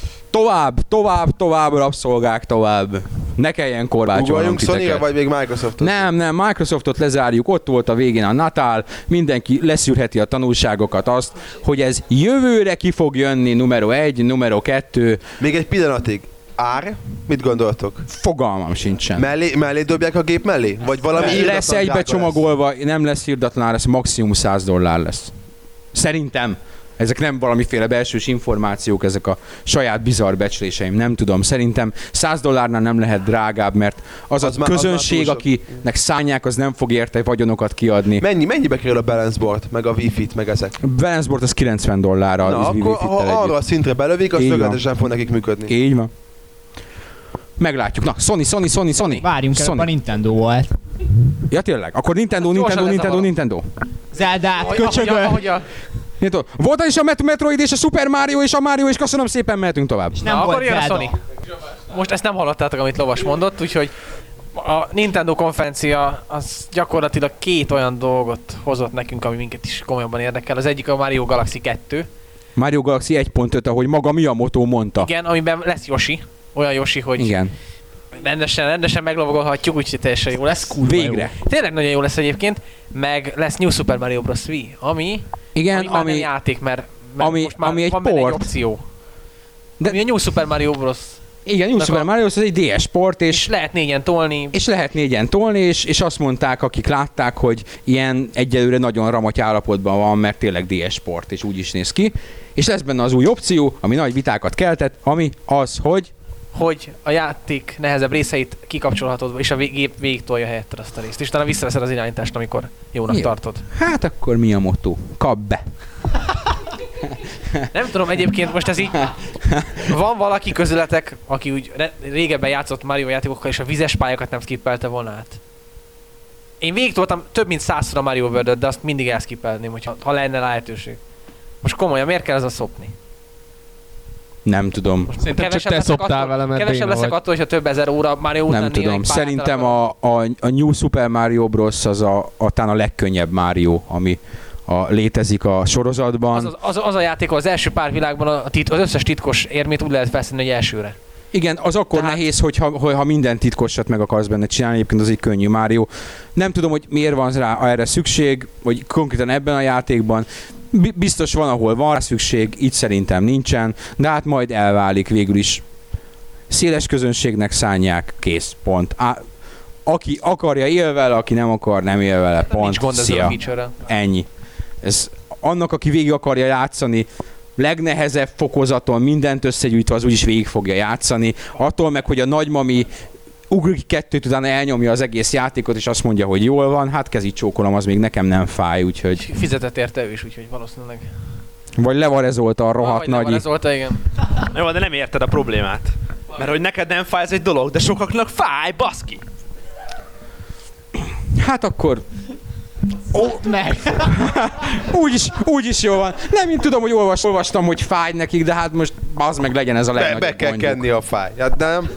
tovább, rabszolgák, tovább. Ne kelljen korbácsolnunk Ugorjunk Sony-ra, titeket. vagy még Microsoftot? Nem, Microsoftot lezárjuk, ott volt a végén a Natal, mindenki leszűrheti a tanulságokat azt, hogy ez jövőre ki fog jönni numero 1, numero 2, Még egy pillanatig. Ár? Mit gondoltok? fogalmam sincsen. Mellé dobják a gép mellé? Vagy valami Lesz írdatlan drága egybecsomagolva, nem lesz hirdatlan ár, ez maximum $100 lesz. Szerintem. Ezek nem valamiféle belsős információk, ezek a saját bizarr becsléseim, nem tudom. Szerintem $100 nem lehet drágább, mert az Az a már közönség, túl sok. akinek szánják, az nem fog érte vagyonokat kiadni. Mennyibe kerül a balance board, meg a Wi-Fi-t, meg ezek? Balance board az $90 Na, az akkor ha arra együtt. a szintre belövik, az Így van. tökéletesen fog nekik működni. Így van. Meglátjuk. Na, Sony. Várjunk el, Sony. a Nintendo volt. Ja tényleg? Akkor Nintendo. Zeldát, Ahogy a... Nintendo. Volt is a Metroid és a Super Mario és a Mario, és köszönöm szépen, mehetünk tovább. És nem Na, volt akkor jön a Zelda. Sony. Most ezt nem hallottátok, amit Lovas mondott, úgyhogy a Nintendo konferencia az gyakorlatilag két olyan dolgot hozott nekünk, ami minket is komolyabban érdekel. Az egyik a Mario Galaxy 2. Mario Galaxy 1.5, ahogy maga Miyamoto mondta. Igen, amiben lesz Yoshi. Olyan Yoshi, hogy Igen. rendesen meglovagolhatjuk, úgyhogy teljesen jó lesz. Végre. Tényleg nagyon jó lesz egyébként, meg lesz New Super Mario Bros. Wii, ami már nem játék, mert most már ami egy van benne egy port. opció. De- Ami a New Super Mario Bros. Igen, New Super Mario az egy DS port, És lehet 4-en tolni. és lehet 4-en tolni, és azt mondták, akik látták, hogy ilyen egyelőre nagyon ramaty állapotban van, mert tényleg DS port, és úgy is néz ki. És lesz benne az új opció, ami nagy vitákat keltett, ami az, hogy hogy a játék nehezebb részeit kikapcsolhatod, és a gép végig tolja helyetted azt a részt. És utána visszaveszed az irányítást, amikor jónak Jó. tartod. Hát akkor mi a motto? Kap be. Nem tudom, egyébként most ez így... Van valaki közületek, aki úgy régebben játszott Mario játékokkal, és a vizes pályákat nem skippelte volna át? Én végig toltam több mint 100-szor a Mario World-öt, de azt mindig elskippelném, ha lenne lehetőség. Most komolyan, miért kell ez a szopni? Nem tudom. Most Szerintem csak te szoptál vele, mert kevesebb béna leszek vagy. attól, hogyha több ezer óra Mario után Nem tudom. néhány pályát Szerintem elakar. a New Super Mario Bros. Az talán a legkönnyebb Mario, ami létezik a sorozatban. Az a játék, az első pár világban az összes titkos érmét úgy lehet felszínni, hogy elsőre. Igen, az akkor Tehát- nehéz, hogyha minden titkosat meg akarsz benne csinálni, egyébként az egy könnyű Mario. Nem tudom, hogy miért van rá erre szükség, vagy konkrétan ebben a játékban. Biztos van, ahol van rá szükség, így szerintem nincsen, de hát majd elválik végül is. Széles közönségnek szánják, kész, pont. Aki akarja, él vele, aki nem akar, nem él vele, pont. Nincs gond ezzel a Szia. feature-rel. Ennyi. Ez annak, aki végig akarja játszani, legnehezebb fokozaton mindent összegyűjtve, az úgyis végig fogja játszani. Attól meg, hogy a nagymami ugrik kettőt, utána elnyomja az egész játékot, és azt mondja, hogy jól van, hát kezit csókolom, az még nekem nem fáj, úgyhogy... Fizetett érte ő is, úgyhogy valószínűleg. Vagy levarezolta a rohadt nagyi. Ez volt, igen. Jó, de nem érted a problémát. Mert hogy neked nem fáj ez egy dolog, de sokaknak fáj, baszki! Hát akkor... Meg. Úgyis jó van. Nem, én tudom, hogy olvastam, hogy fáj nekik, de hát most az meg legyen ez a legnagyobb Be kell gondjuk. kenni a fáj. Hát nem?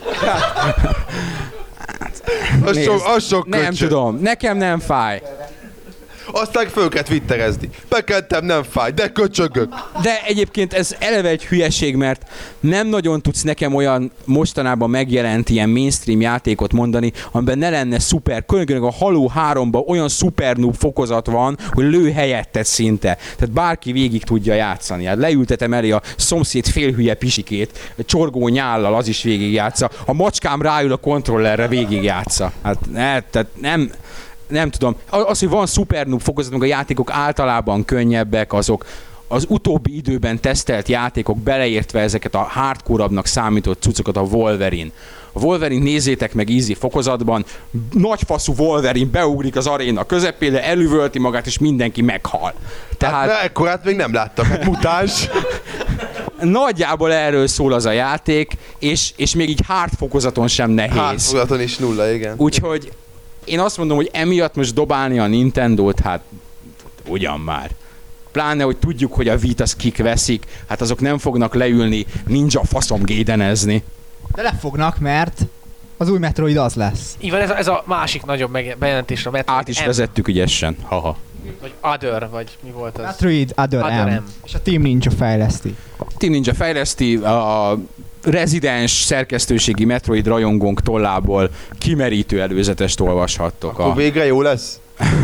Az sok Nem köcsög. tudom, nekem nem fáj. Aztán föl kell twitterezni. Bekentem, nem fáj, de köcsögök. De egyébként ez eleve egy hülyeség, mert nem nagyon tudsz nekem olyan mostanában megjelent ilyen mainstream játékot mondani, amiben ne lenne szuper, különösen a Halo 3-ban olyan szuper noob fokozat van, hogy lő helyetted szinte. Tehát bárki végig tudja játszani. Hát leültetem elé a szomszéd félhülye pisikét, csorgó nyállal, az is végig játsza. A macskám ráül a kontrollerre, végig játsza. Hát tehát nem tudom. Az, hogy van szuper noob fokozat, meg a játékok általában könnyebbek, azok az utóbbi időben tesztelt játékok, beleértve ezeket a hardcore-abbnak számított cuccokat, a Wolverine. A Wolverine nézzétek meg easy fokozatban, nagyfaszú Wolverine beugrik az aréna közepére, elüvölti magát, és mindenki meghal. Tehát Hát ekkorát még nem láttam. Hát mutáns. nagyjából erről szól az a játék, és még így hard fokozaton sem nehéz. Hátfogaton is nulla, igen. Úgyhogy én azt mondom, hogy emiatt most dobálni a Nintendót, hát ugyan már. Pláne, hogy tudjuk, hogy a Vita az kik veszik, hát azok nem fognak leülni ninja faszom gédenezni. De lefognak, mert az új Metroid az lesz. Így van, ez a másik nagyobb bejelentés, a Metroid Át is M, vezettük ügyesen. Haha. vagy Other, vagy mi volt az? Metroid Other Other M. M. És a Team Ninja fejleszti. Team Ninja fejleszti, a rezidens szerkesztőségi Metroid rajongónk tollából kimerítő előzetest olvashattok. Akkor végre jó lesz?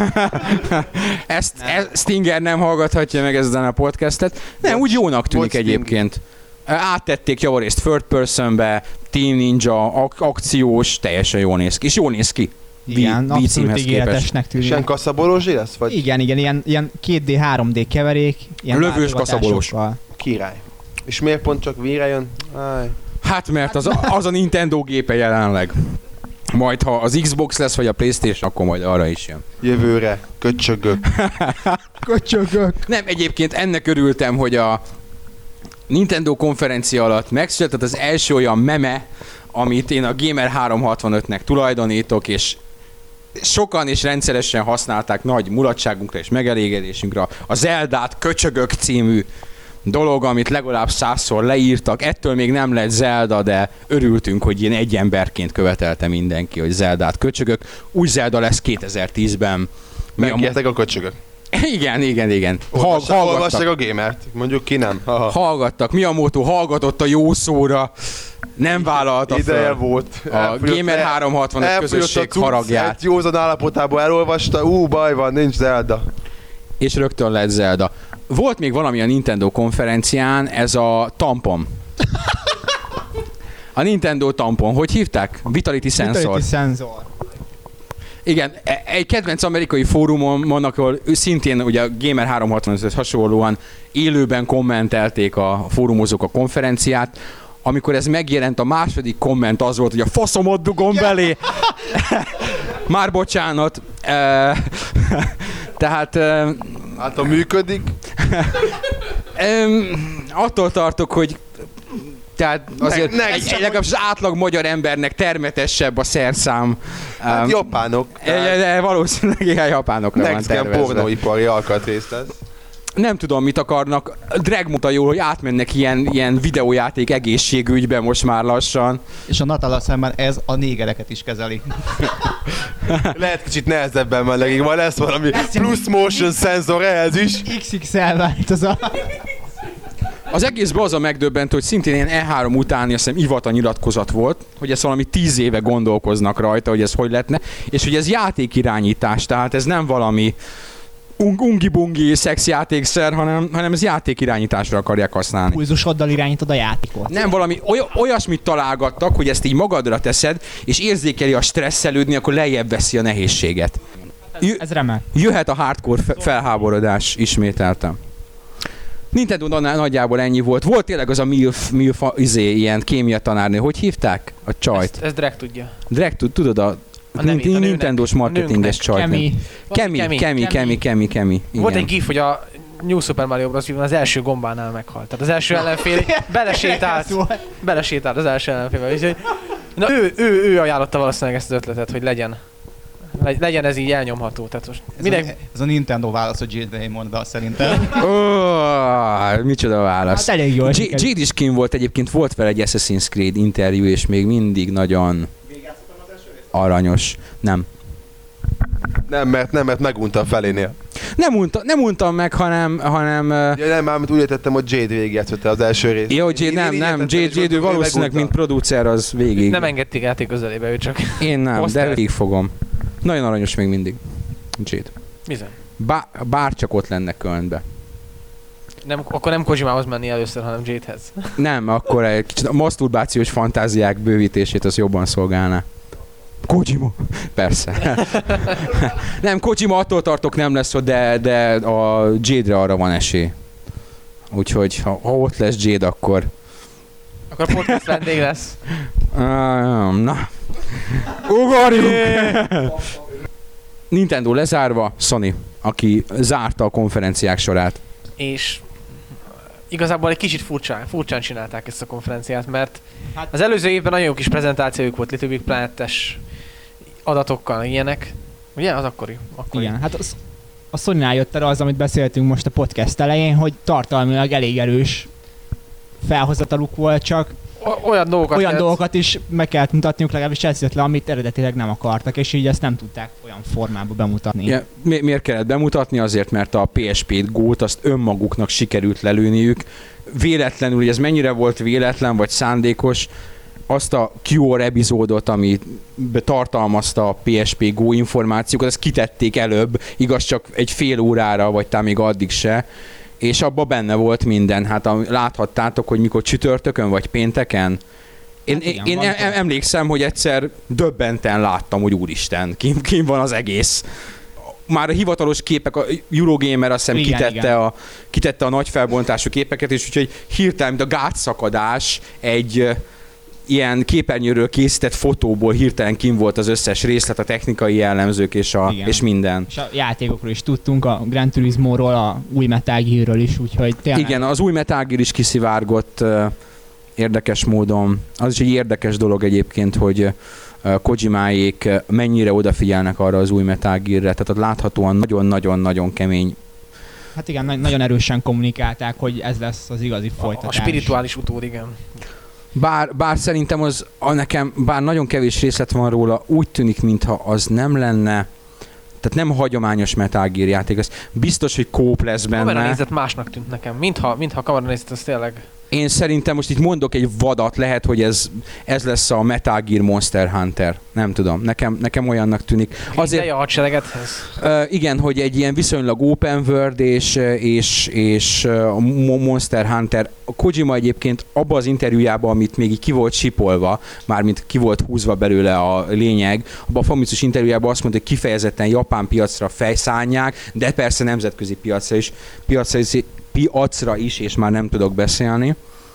Ezt Stinger nem hallgathatja meg ezen a podcastet. Nem, úgy jónak tűnik Bocs, egyébként. Áttették javarészt third personbe, Team Ninja, akciós, teljesen jól néz ki. És jól néz ki. Igen, Wii abszolút címhez képest. ígéretesnek És ilyen tűnik. kaszabolózsi lesz? Vagy Igen, ilyen 2D, 3D keverék. Ilyen Lövős kaszabolós. váltogatásokkal. király? És miért pont csak Wii-re jön? Áj. Hát mert az a Nintendo gépe jelenleg. Majd ha az Xbox lesz, vagy a PlayStation, akkor majd arra is jön. Jövőre. Köcsögök. Köcsögök. Nem, egyébként ennek örültem, hogy a Nintendo konferencia alatt megszületett az első olyan meme, amit én a Gamer 365-nek tulajdonítok, és sokan és rendszeresen használták nagy mulatságunkra és megelégedésünkre a Zeldát Köcsögök című dolog, amit legalább 100-szor leírtak. Ettől még nem lett Zelda, de örültünk, hogy ilyen egy emberként követelte mindenki, hogy Zeldát Köcsögök. Új Zelda lesz 2010-ben. Megkértek a köcsögök. Igen. Olvassák a gamert. Mondjuk ki nem. Haha. Hallgattak. Miyamoto hallgatott a jó szóra, nem vállalta Ideje fel volt. a Gamer 365 közösség haragját, Egy józan állapotából elolvasta, baj van, nincs Zelda. és rögtön lett Zelda. Volt még valami a Nintendo konferencián, ez a tampon. A Nintendo tampon, hogy hívták? Vitality Sensor. Vitality Sensor. Igen, egy kedvenc amerikai fórumon, ahol szintén ugye a Gamer 365 hasonlóan élőben kommentelték a fórumozók a konferenciát, amikor ez megjelent, a második komment az volt, hogy a faszomot dugom belé. Már bocsánat. Tehát... Hát, ha működik. Attól tartok, hogy tehát azért legalábbis az átlag magyar embernek termetesebb a szerszám. Hát japánok. Valószínűleg ilyen japánokra van tervezve. Next pornóipari alkatrészt ez. Nem tudom, mit akarnak. Drag mondta jól, hogy átmennek ilyen videójáték egészségügybe most már lassan. És a Natala szemben ez a négereket is kezeli. Lehet kicsit nehezebben melegig, majd lesz valami plusz motion szenzor ehhez is. XXL változat. Az egészben az a megdöbbentő, hogy szintén ilyen E3 utáni, azt hiszem Iwata nyilatkozat volt, hogy ezt valami 10 éve gondolkoznak rajta, hogy ez hogy lehetne, és hogy ez játékirányítás, tehát ez nem valami ungi-bungi szexjátékszer, hanem ez játékirányításra akarják használni. Pulzusoddal irányítod a játékot. Nem valami olyasmit találgattak, hogy ezt így magadra teszed, és érzékeli a stresszelődni, akkor lejjebb veszi a nehézséget. Ez remek. Jöhet a hardcore felháborodás, ismételtem. Nintendo nagyjából ennyi volt. Volt tényleg az a MILF ilyen kémia tanárnő. Hogy hívták a csajt? Ezt Drag tudja. Drag tudod a Nintendo-s marketinges csajt. Kemi. Volt egy gif, hogy a New Super Mario Bros. Az első gombánál meghalt. Tehát az első ellenfél belesétált az első ellenfélbe. Úgyhogy, na ő ajánlotta valószínűleg ezt az ötletet, hogy legyen ez így elnyomható. Tehát most ez a Nintendo válasz a Jade Raymondra szerintem. Micsoda válasz. Hát elég jól. Jade is kim volt egyébként, volt vele egy Assassin's Creed interjú, és még mindig nagyon aranyos. Nem, mert megunta a felénél. Nem untam meg, hanem... Ja, nem, mármint úgy értettem, hogy Jade végigjátszotta az első részt. Jó, Jade Jade valószínűleg, mint producer, az végig. Nem engedték játék közelébe, ő csak... Én nem, de végig fogom. Nagyon aranyos még mindig. Jade. Bizony. Bár csak ott lenne Kölnbe. Akkor nem Kojimához menni először, hanem Jade-hez. Nem, akkor egy kicsit a maszturbációs fantáziák bővítését az jobban szolgálná. Kojima. Persze. Nem, Kojima attól tartok nem lesz ott, de a Jade-re arra van esély. Úgyhogy ha ott lesz Jade, akkor... Akkor podcast vendég lesz. Na. Ugorjunk! Nintendo lezárva, Sony, aki zárta a konferenciák sorát. És igazából egy kicsit furcsán csinálták ezt a konferenciát, mert az előző évben nagyon jó kis prezentációjuk volt Little Big Planet-es adatokkal, ilyenek. Ugye? Az akkori. Igen, hát a Sony-nál jött el az, amit beszéltünk most a podcast elején, hogy tartalmilag elég erős felhozataluk volt, csak olyan dolgokat is meg kellett mutatniuk, legalábbis ez jött le, amit eredetileg nem akartak, és így ezt nem tudták olyan formában bemutatni. Ja, miért kellett bemutatni? Azért, mert a PSP Go-t azt önmaguknak sikerült lelőniük. Véletlenül, hogy ez mennyire volt véletlen vagy szándékos, azt a QR epizódot, ami tartalmazta a PSP Go információkat, ezt kitették előbb, igaz csak egy fél órára, vagy talán még addig se, és abban benne volt minden. Hát láthattátok, hogy mikor csütörtökön vagy pénteken. Én emlékszem, hogy egyszer döbbenten láttam, hogy úristen, kim van az egész. Már a hivatalos képek, a Eurogamer azt hiszem kitette a nagy felbontású képeket, és úgyhogy hirtelen, mint a gátszakadás, egy ilyen képernyőről készített fotóból hirtelen kim volt az összes részlet, a technikai jellemzők és minden. És a játékokról is tudtunk, a Gran Turismo-ról, a új Metal Gear-ről is, úgyhogy tényleg... Igen, az új Metal Gear is kiszivárgott érdekes módon. Az is egy érdekes dolog egyébként, hogy Kojimáék mennyire odafigyelnek arra az új Metal Gear-re, tehát ott láthatóan nagyon-nagyon-nagyon kemény. Hát igen, nagyon erősen kommunikálták, hogy ez lesz az igazi folytatás. A spirituális utód, igen. Bár szerintem nekem, bár nagyon kevés részlet van róla, úgy tűnik, mintha az nem lenne, tehát nem hagyományos Metal Gear játék, az biztos, hogy kóp lesz benne. A kameranézet másnak tűnt nekem, mintha a kameranézet az tényleg... Én szerintem most itt mondok egy vadat, lehet, hogy ez lesz a Metal Gear Monster Hunter. Nem tudom, nekem olyannak tűnik. Azért a hadseregethez? Igen, hogy egy ilyen viszonylag open world és a Monster Hunter. A Kojima egyébként abban az interjújában, amit még így ki volt sipolva, mármint ki volt húzva belőle a lényeg, abban a Famitsus interjújában azt mondta, hogy kifejezetten japán piacra fejszánják, de persze nemzetközi piacra is, és már nem tudok beszélni.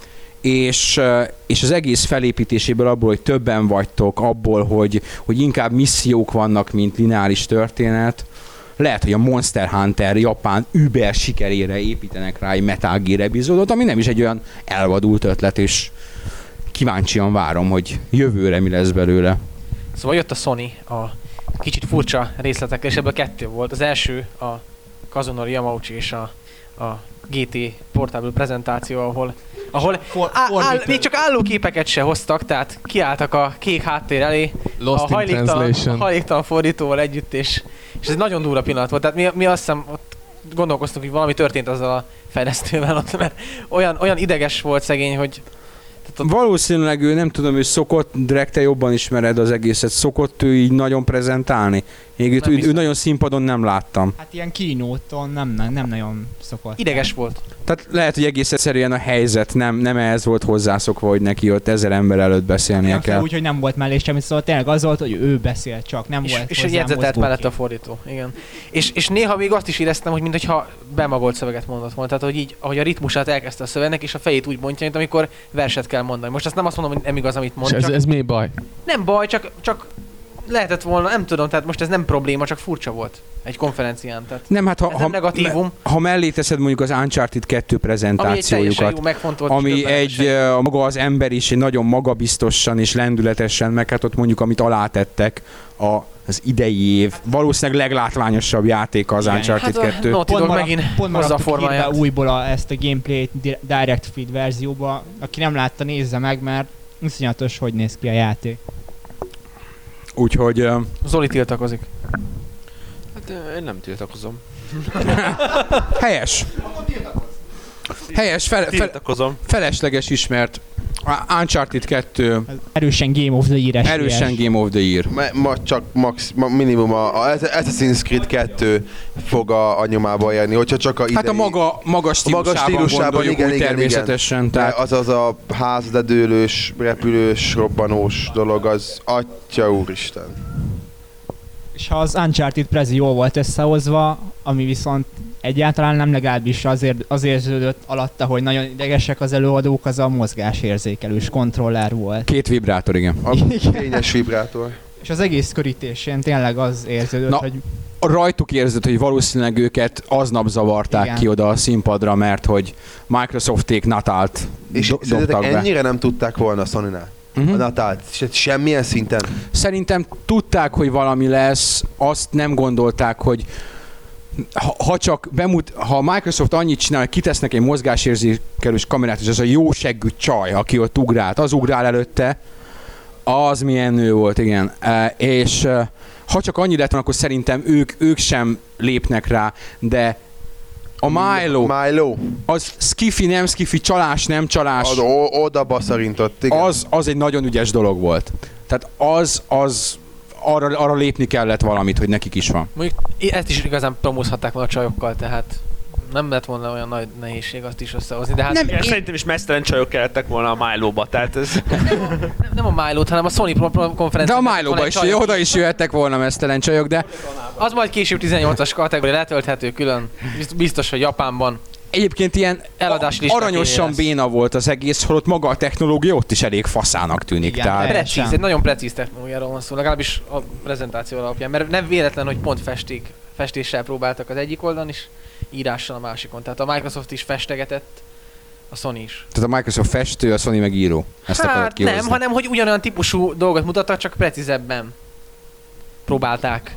és az egész felépítéséből abból, hogy többen vagytok, abból, hogy inkább missziók vannak, mint lineáris történet, lehet, hogy a Monster Hunter Japán über sikerére építenek rá egy Metal Gear epizódot, ami nem is egy olyan elvadult ötlet, és kíváncsian várom, hogy jövőre mi lesz belőle. Szóval jött a Sony a kicsit furcsa részletekkel, és ebből 2 volt. Az első a Kazunori Yamauchi és a GT Portable prezentáció, ahol még csak állóképeket se hoztak, tehát kiálltak a kék háttér elé, Lost a in translation. hajléktalan fordítóval együtt, és ez egy nagyon durva pillanat volt. Tehát mi azt hiszem, ott gondolkoztunk, hogy valami történt azzal a fejlesztővel ott, mert olyan ideges volt szegény, hogy... Valószínűleg ő, nem tudom, ő szokott, Drek, te jobban ismered az egészet, szokott ő így nagyon prezentálni? Még ő nagyon színpadon nem láttam. Hát ilyen kínóton nem nagyon szokott. Ideges volt. Tehát lehet, hogy egész egyszerűen a helyzet nem ehhez volt hozzászokva, hogy neki ott 1000 ember előtt beszélnie kell. Úgy, hogy nem volt mellé semmit, szóval tényleg az volt, hogy ő beszélt csak, nem volt és egy jegyzetelt mellett a fordító, igen. És néha még azt is éreztem, hogy mintha bemagolt szöveget mondott volna. Tehát, hogy így, ahogy a ritmusát elkezdte a szövegnek, és a fejét úgy mondja, mint amikor verset kell mondani. Most azt nem azt mondom, hogy nem igaz, amit mond. És ez mi baj? Nem baj, csak lehetett volna, nem tudom, tehát most ez nem probléma, csak furcsa volt egy konferencián. Tehát nem, hát nem negatívum. Ha mellé teszed mondjuk az Uncharted 2 prezentációjukat, ami maga az ember is nagyon magabiztosan és lendületesen, meg hát ott mondjuk, amit alátettek az idei év valószínűleg leglátványosabb játéka az Uncharted 2. Pont maradtuk újból ezt a gameplay direct feed verzióba. Aki nem látta, nézze meg, mert iszonyatos, hogy néz ki a játék. Úgyhogy... Zoli tiltakozik. Hát én nem tiltakozom. Helyes. Helyes, felesleges ismert. Uncharted 2. Erősen Game of the Year. Erősen Game of the Year. Csak minimum a Assassin's Creed 2 fog a nyomába érni, hogyha csak a idei... Hát a maga stílusában igen, természetesen. Tehát... Az a házledőlős, repülős, robbanós dolog, az atya úristen. És ha az Uncharted Prezi jól volt összehozva, ami viszont egyáltalán nem, legalábbis az érződött alatta, hogy nagyon idegesek az előadók, az a mozgásérzékelős kontroller volt. 2 vibrátor, igen. A kényes vibrátor. És az egész körítésén tényleg az érződött, hogy... Rajtuk érzed, hogy valószínűleg őket aznap zavarták ki oda a színpadra, mert hogy Microsofték Natált dobtak be. Ennyire nem tudták volna a Sonynál? A Natált? Semmilyen szinten? Szerintem tudták, hogy valami lesz, azt nem gondolták, hogy ha a Microsoft annyit csinál, hogy kitesznek egy mozgásérzékelős kamerát, és az a jó seggű csaj, aki ott ugrált, az ugrál előtte, az milyen nő volt, igen. És ha csak annyi lett van, akkor szerintem ők sem lépnek rá, de a Milo, az skifi, nem skifi, csalás, nem csalás. Az oda baszarintott, igen. Az egy nagyon ügyes dolog volt. Tehát az arra lépni kellett valamit, hogy nekik is van. Mondjuk ezt is igazán promózhatták volna a csajokkal, tehát nem lett volna olyan nagy nehézség azt is összehozni, de hát... Nem, szerintem is mesztelen csajok kellettek volna a Milo-ba, tehát ez... nem a Milo-t, hanem a Sony konferencián. De a Milo-ba is, oda is jöhettek volna mesztelen csajok, de... Az majd később 18-as kategória letölthető külön. Biztos, hogy Japánban. Egyébként ilyen aranyosan béna volt az egész, holott maga a technológia ott is elég faszának tűnik. Igen, tehát... egy nagyon precíz technológiáról van szó, legalábbis a prezentáció alapján, mert nem véletlen, hogy pont festéssel próbáltak az egyik oldalon is, írással a másikon. Tehát a Microsoft is festegetett, a Sony is. Tehát a Microsoft festő, a Sony meg író. Ezt hát nem, hanem hogy ugyanolyan típusú dolgot mutattak, csak precízebben próbálták.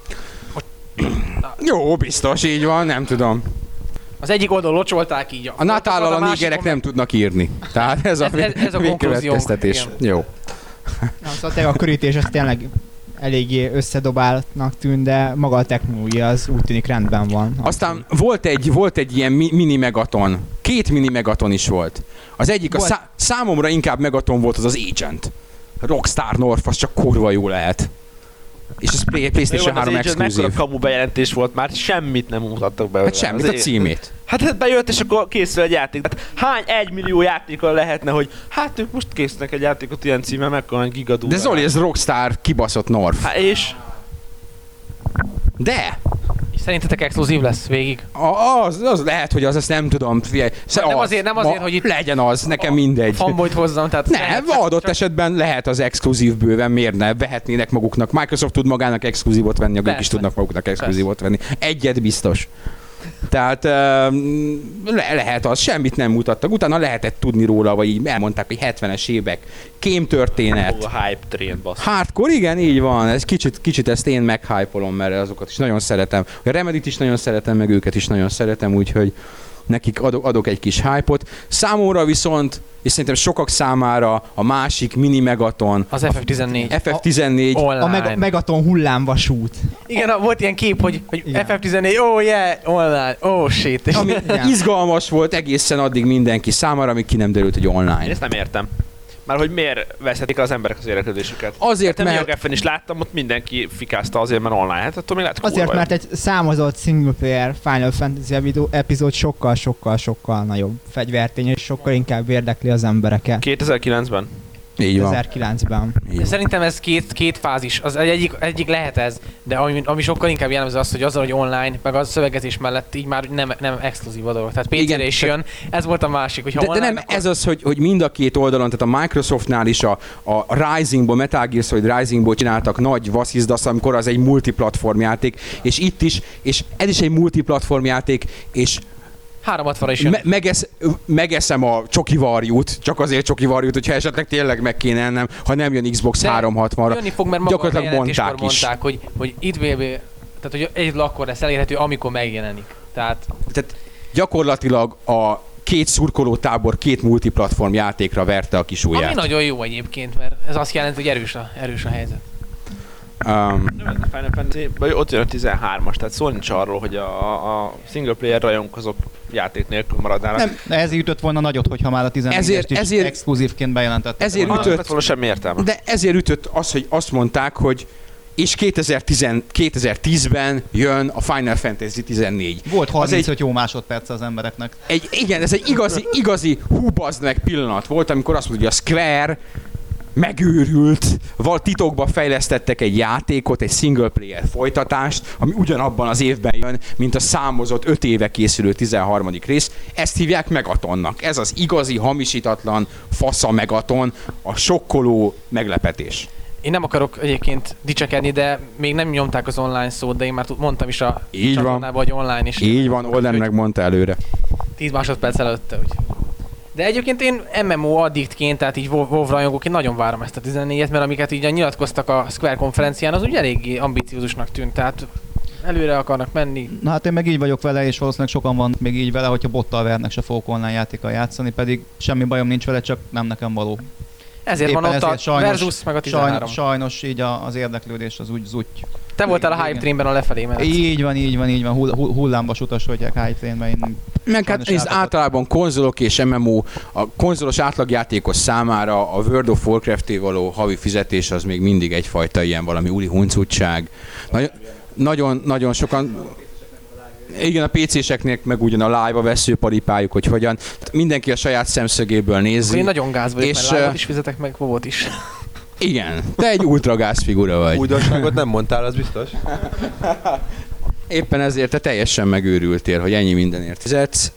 Jó, biztos így van, nem tudom. Az egyik oldalon locsolták így. A Natállal a négerek nem tudnak írni. Tehát ez a végkövetkeztetés. Jó. Na, szóval a körítés az tényleg eléggé összedobáltnak tűnt, de maga a technológia az úgy tűnik rendben van. Aztán volt egy ilyen mini megaton. 2 mini megaton is volt. Az egyik számomra inkább megaton volt az Agent. Rockstar North, az csak kurva jó lehet. És ez PlayStation 3 exkluzív. Mekkora kamu bejelentés volt már, semmit nem mutattak be. Hát semmit, a címét. Hát bejött, és akkor készül egy játék. Hát hány 1 millió játékkal lehetne, hogy hát ők most készítenek egy játékot ilyen címmel, mekkora egy gigadúrán. De Zoli, ez Rockstar kibaszott North. Hát és? De! Szerintetek exkluzív lesz végig? Az lehet, hogy az, ezt nem tudom. Figyelj, Nem azért, hogy itt legyen az, nekem mindegy. fanboyt hozzam, tehát... Nem, adott esetben lehet az exkluzív bőven, miért ne? Vehetnének maguknak. Microsoft tud magának exkluzívot venni, ők is tudnak maguknak exkluzívot venni. Egyet biztos. Tehát lehet az, semmit nem mutattak. Utána lehetett tudni róla, vagy így elmondták, hogy 70-es évek kémtörténet. A hype train, basz. Hardcore, igen, így van. Ez kicsit ezt én meghype-olom, mert azokat is nagyon szeretem. A Remedit is nagyon szeretem, meg őket is nagyon szeretem, úgyhogy nekik adok egy kis hype-ot. Számomra viszont, és szerintem sokak számára a másik mini Megaton, Az FF14. FF14, Online. A Megaton hullámvasút. Igen, volt ilyen kép, hogy Igen. FF14, oh yeah, online, oh shit. És ami Igen. izgalmas volt egészen addig mindenki számára, amíg ki nem derült, hogy Én online. ezt nem értem. Már hogy miért veszhetik az emberek az érdeklődésüket? Azért, Hát mert mert... is láttam, ott mindenki fikázta azért, mert online. Hát attól még lehet, Azért, mert egy számozott single player Final Fantasy epizód sokkal nagyobb fegyvertény, és sokkal inkább érdekli az embereket. 2009-ben? így van. 2009-ben. Így van. Szerintem ez két fázis. Az egyik lehet ez, de ami sokkal inkább jellemző az, hogy azzal, hogy online, meg az szövegezés mellett így már nem exkluzív a dolog. Tehát Igen, PC-re is jön. Ez volt a másik, hogy ha De online, nem, ez az, hogy mind a két oldalon, tehát a Microsoftnál is a Risingból, Metal Gear Solid Risingból csináltak nagy vasszizdasz, amikor az egy multiplatform játék, és itt is, és ez is egy multiplatform játék, és 360-ra is jön. megeszem a csoki varjút, csak azért csoki varjút, hogyha esetleg tényleg meg kéne ennem, ha nem jön Xbox De 360-ra. Jönni fog, mert maga Gyakorlatilag a bejelentéskor mondták is. mondták, hogy itt tehát hogy egyedül akkor lesz elérhető, amikor megjelenik. Tehát Tehát gyakorlatilag a két szurkoló tábor két multiplatform játékra verte a kis ujját. ami nagyon jó egyébként, mert ez azt jelenti, hogy erős a helyzet. Nem, a Final Fantasy, vagy ott jön a 13-as, tehát szó nincs arról, hogy a single player rajongók azok játék nélkül maradnának. Nem. De ez ütött volna nagyot, hogyha már a 14-est is ezért- exkluzívként bejelentettek. ezért volna. ütött- Nem volna semmi értelme. De ezért ütött az, hogy azt mondták, hogy és 2010-ben jön a Final Fantasy 14. Volt Az 35 jó másodperc az embereknek. Igen, ez egy igazi húbazd meg pillanat volt, amikor azt mondja, hogy a Square megőrült, titokban fejlesztettek egy játékot, egy single player folytatást, ami ugyanabban az évben jön, mint a számozott 5 éve készülő 13. rész. Ezt hívják Megatonnak. Ez az igazi, hamisítatlan fasza Megaton, a sokkoló meglepetés. Én nem akarok egyébként dicsekedni, de még nem nyomták az online szót, de én már mondtam is a Így van. csatornában, hogy online is. Így van, Olden megmondta előre. 10 másodperc előtte, úgy. De egyébként én MMO addiktként, tehát így WoW rajongóként nagyon várom ezt a 14-et, mert amiket így nyilatkoztak a Square konferencián, az úgy eléggé ambiciózusnak tűnt, tehát előre akarnak menni. Na hát én meg így vagyok vele, és valószínűleg sokan van még így vele, hogyha bottal vernek, se fogok online játékkal játszani, pedig semmi bajom nincs vele, csak nem nekem való. Ezért Éppen van ott ezért a sajnos- Versus meg a 13. Sajnos így az érdeklődés az úgy zutty. Te voltál a hype Igen. trainben a lefelé menet. Így van, hullámvas utas vagyok hype trainben, én Meg hát Sajnos nézd, átakat. általában konzolok és MMO, a konzolos átlagjátékos számára a World of Warcraft-é való havi fizetés az még mindig egyfajta ilyen valami uli huncutság. Nagyon sokan... Igen, a PC-seknek meg ugyan a live a veszőparipájuk, hogy hogyan. Mindenki a saját szemszögéből Akkor nézi. én nagyon gáz vagyok, És, mert live-ot is fizetek meg, WoW-ot is. Igen, te egy ultragáz figura vagy. Újdonságot nem mondtál, az biztos. Éppen ezért te teljesen megőrültél, hogy ennyi mindenért fizetsz.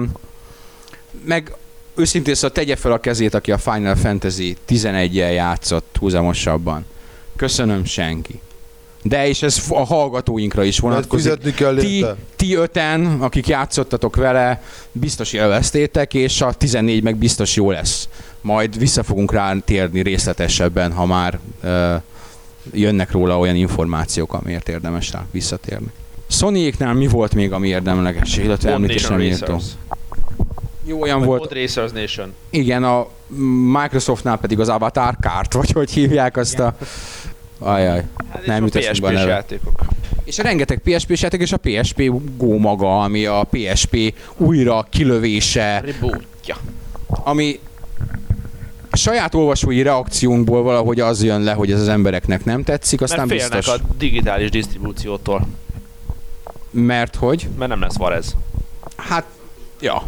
Meg őszintén szóval tegye fel a kezét, aki a Final Fantasy 11-jel játszott húzamosabban. Köszönöm, senki. De és ez a hallgatóinkra is Mert vonatkozik. fizetni kell érte. Ti öten, akik játszottatok vele, biztos élveztétek, és a 14 meg biztos jó lesz. Majd vissza fogunk rá térni részletesebben, ha már jönnek róla olyan információk, amiért érdemes rá visszatérni. Sony-éknál mi volt még, ami érdemleges, illetve Pod említésre Nation méltó? Racers. Jó olyan Vagy volt. Pod Racers Nation. Igen, a Microsoftnál pedig az Avatar Kart, vagy hogy hívják azt a... Ajaj. Hát Nem jut eszembe a PSP-s neve. játékok. És rengeteg PSP-s játék, és a PSP Go maga, ami a PSP újra kilövése, Rebootja. ami a saját olvasói reakciónkból valahogy az jön le, hogy ez az embereknek nem tetszik, aztán Mert félnek biztos. a digitális disztribúciótól, Mert hogy? mert nem lesz Varez. Hát, ja.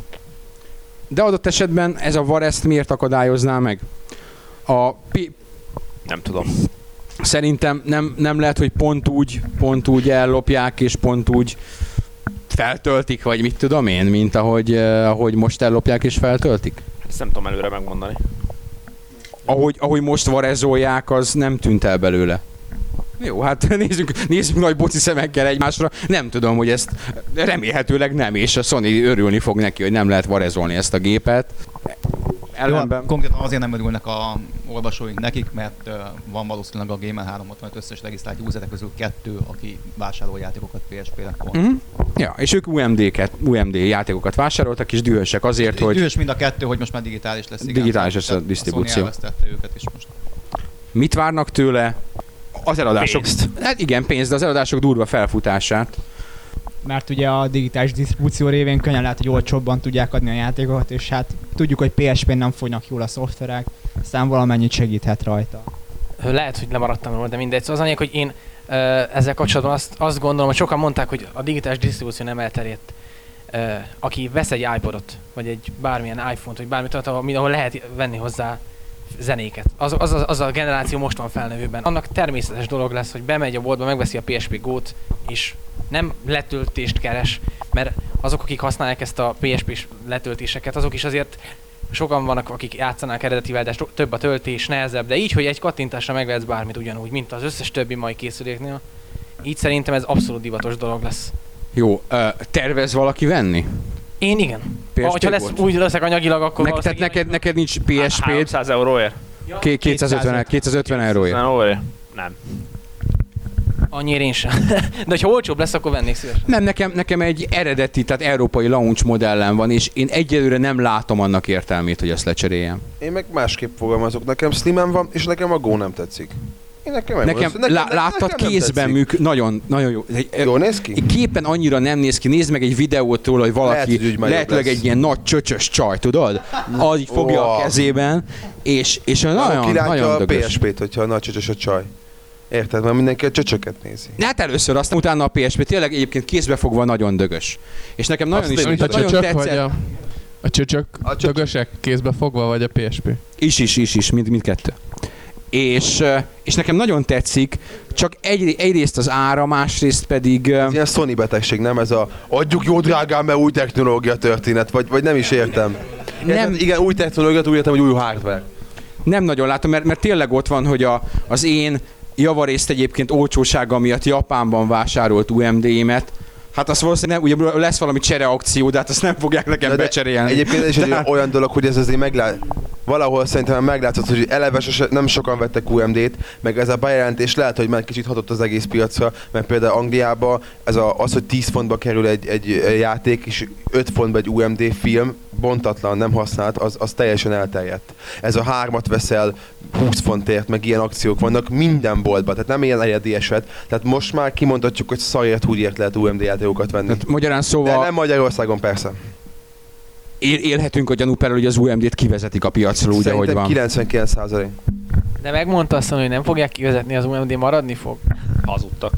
De adott esetben ez a VAR ezt miért akadályozná meg? Nem tudom. Szerintem nem lehet, hogy pont úgy ellopják, és pont úgy feltöltik, vagy mit tudom én, mint ahogy most ellopják és feltöltik? Ezt nem tudom előre megmondani. Ahogy most varezolják, az nem tűnt el belőle. Jó, hát nézzük nagy boci szemekkel egymásra. Nem tudom, hogy ezt remélhetőleg nem, és a Sony örülni fog neki, hogy nem lehet varezolni ezt a gépet. Ellenben... Konkrétan azért nem örülnek a olvasóink nekik, mert van valószínűleg a Gamer 365 összes regisztrált userek közül 2, aki vásárol játékokat PSP-re. Ja, és ők UMD játékokat vásároltak, és dühösek azért, hogy... Dühös mind a 2, hogy most már digitális lesz. Igen, digitális lesz a disztribúció. A Sony elvesztette őket is most. Mit várnak tőle? Az eladások... Pénzt. Hát igen, pénzt, de az eladások durva felfutását. Mert ugye a digitális disztribúció révén könnyen lehet, hogy olcsóbban tudják adni a játékokat, és hát tudjuk, hogy PSP-n nem folynak jól a szoftverek, aztán valamennyit segíthet rajta. Lehet, hogy lemaradtam róla, de mindegy. Szóval az anyag, hogy én ezzel kapcsolatban azt gondolom, hogy sokan mondták, hogy a digitális disztribúció nem elterjedt. Aki vesz egy iPodot, vagy egy bármilyen iPhone-t, vagy bármit, ahol lehet venni hozzá zenéket. Az a generáció most van felnövőben. Annak természetes dolog lesz, hogy bemegy a boltba, megveszi a PSP Go-t, és nem letöltést keres, mert azok, akik használják ezt a PSP-s letöltéseket, azok is azért sokan vannak, akik játszanák eredetivel, de több a töltés, nehezebb, de így, hogy egy kattintásra megvehetsz bármit ugyanúgy, mint az összes többi mai készüléknél, így szerintem ez abszolút divatos dolog lesz. Jó, tervez valaki venni? Én igen. Ha lesz, úgy leszek anyagilag, akkor Tehát neked nincs PSP-d? 300 euróért? 250 euróért. Nem. Annyira én sem. De hogyha olcsóbb lesz, akkor vennék szívesen. Nem, nekem egy eredeti, tehát európai launch modellem van, és én egyelőre nem látom annak értelmét, hogy ezt lecseréljem. Én meg másképp fogalmazok. Nekem Slimen van, és nekem a Go nem tetszik. Nekem láttad kézben nagyon jó. Jól néz ki? Képen annyira nem néz ki. Nézd meg egy videót róla, hogy valaki lehetőleg egy ilyen nagy csöcsös csaj, tudod? Az így fogja a kezében, és nagyon a PSP-t, hogyha a nagy csöcsös a csaj. Érted? Mert mindenki a csöcsöket nézi. Hát először, aztán utána a PSP tényleg egyébként kézbefogva nagyon dögös. És nekem nagyon is nagyon tetszett. A csöcsök dögösek kézbe fogva, vagy a PSP? Is, mindkettő. És nekem nagyon tetszik, csak egyrészt az ára, másrészt pedig... Ez ilyen Sony betegség, nem? Ez a adjuk jó drágán, mert új technológia történet, vagy nem is értem. Nem. Igen, új technológiát úgy értem, hogy új hardware. Nem nagyon látom, mert tényleg ott van, hogy az én javarészt egyébként olcsósága miatt Japánban vásárolt UMD-imet, hát az valószínűleg ugye lesz valami csereakció, de hát azt nem fogják nekem becserélni. Egyébként ez is egy olyan dolog, hogy ez azért valahol szerintem meglátszott, hogy eleve nem sokan vettek UMD-t, meg ez a bejelentés lehet, hogy már kicsit hatott az egész piacra, mert például Angliában az, hogy 10 fontba kerül egy játék, és 5 fontba egy UMD film, bontatlan, nem használt, az teljesen elterjedt. Ez a 3-at veszel 20 fontért, meg ilyen akciók vannak minden boltban, tehát nem ilyen egyedi eset. Tehát most már kimondhatjuk, hogy szarért húgyért lehet UMD játékokat venni. Tehát magyarán szóval... De nem Magyarországon persze. Élhetünk a gyanúperrel, hogy az UMD-t kivezetik a piacról úgy, ahogy van. 99%. De megmondta azt, hogy nem fogják kivezetni, az UMD maradni fog? Hazudtak.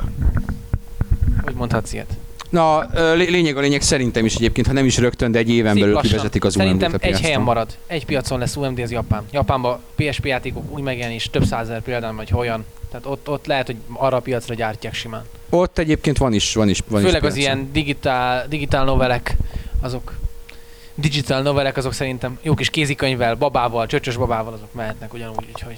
Hogy mondhatsz ilyet? Na, lényeg szerintem is egyébként, ha nem is rögtön, de egy éven belül kivezetik az UMD-t a piacon. Szerintem egy helyen marad. Egy piacon lesz UMD, az Japán. Japánban PSP játékok úgy megjelenés, több százezer példán, vagy olyan. Tehát ott lehet, hogy arra a piacra gyártják simán. Ott egyébként van is főleg az ilyen digitál novelek, azok digital novelek, azok szerintem jó kis kézikönyvvel, babával, csöcsös babával, azok mehetnek ugyanúgy, úgyhogy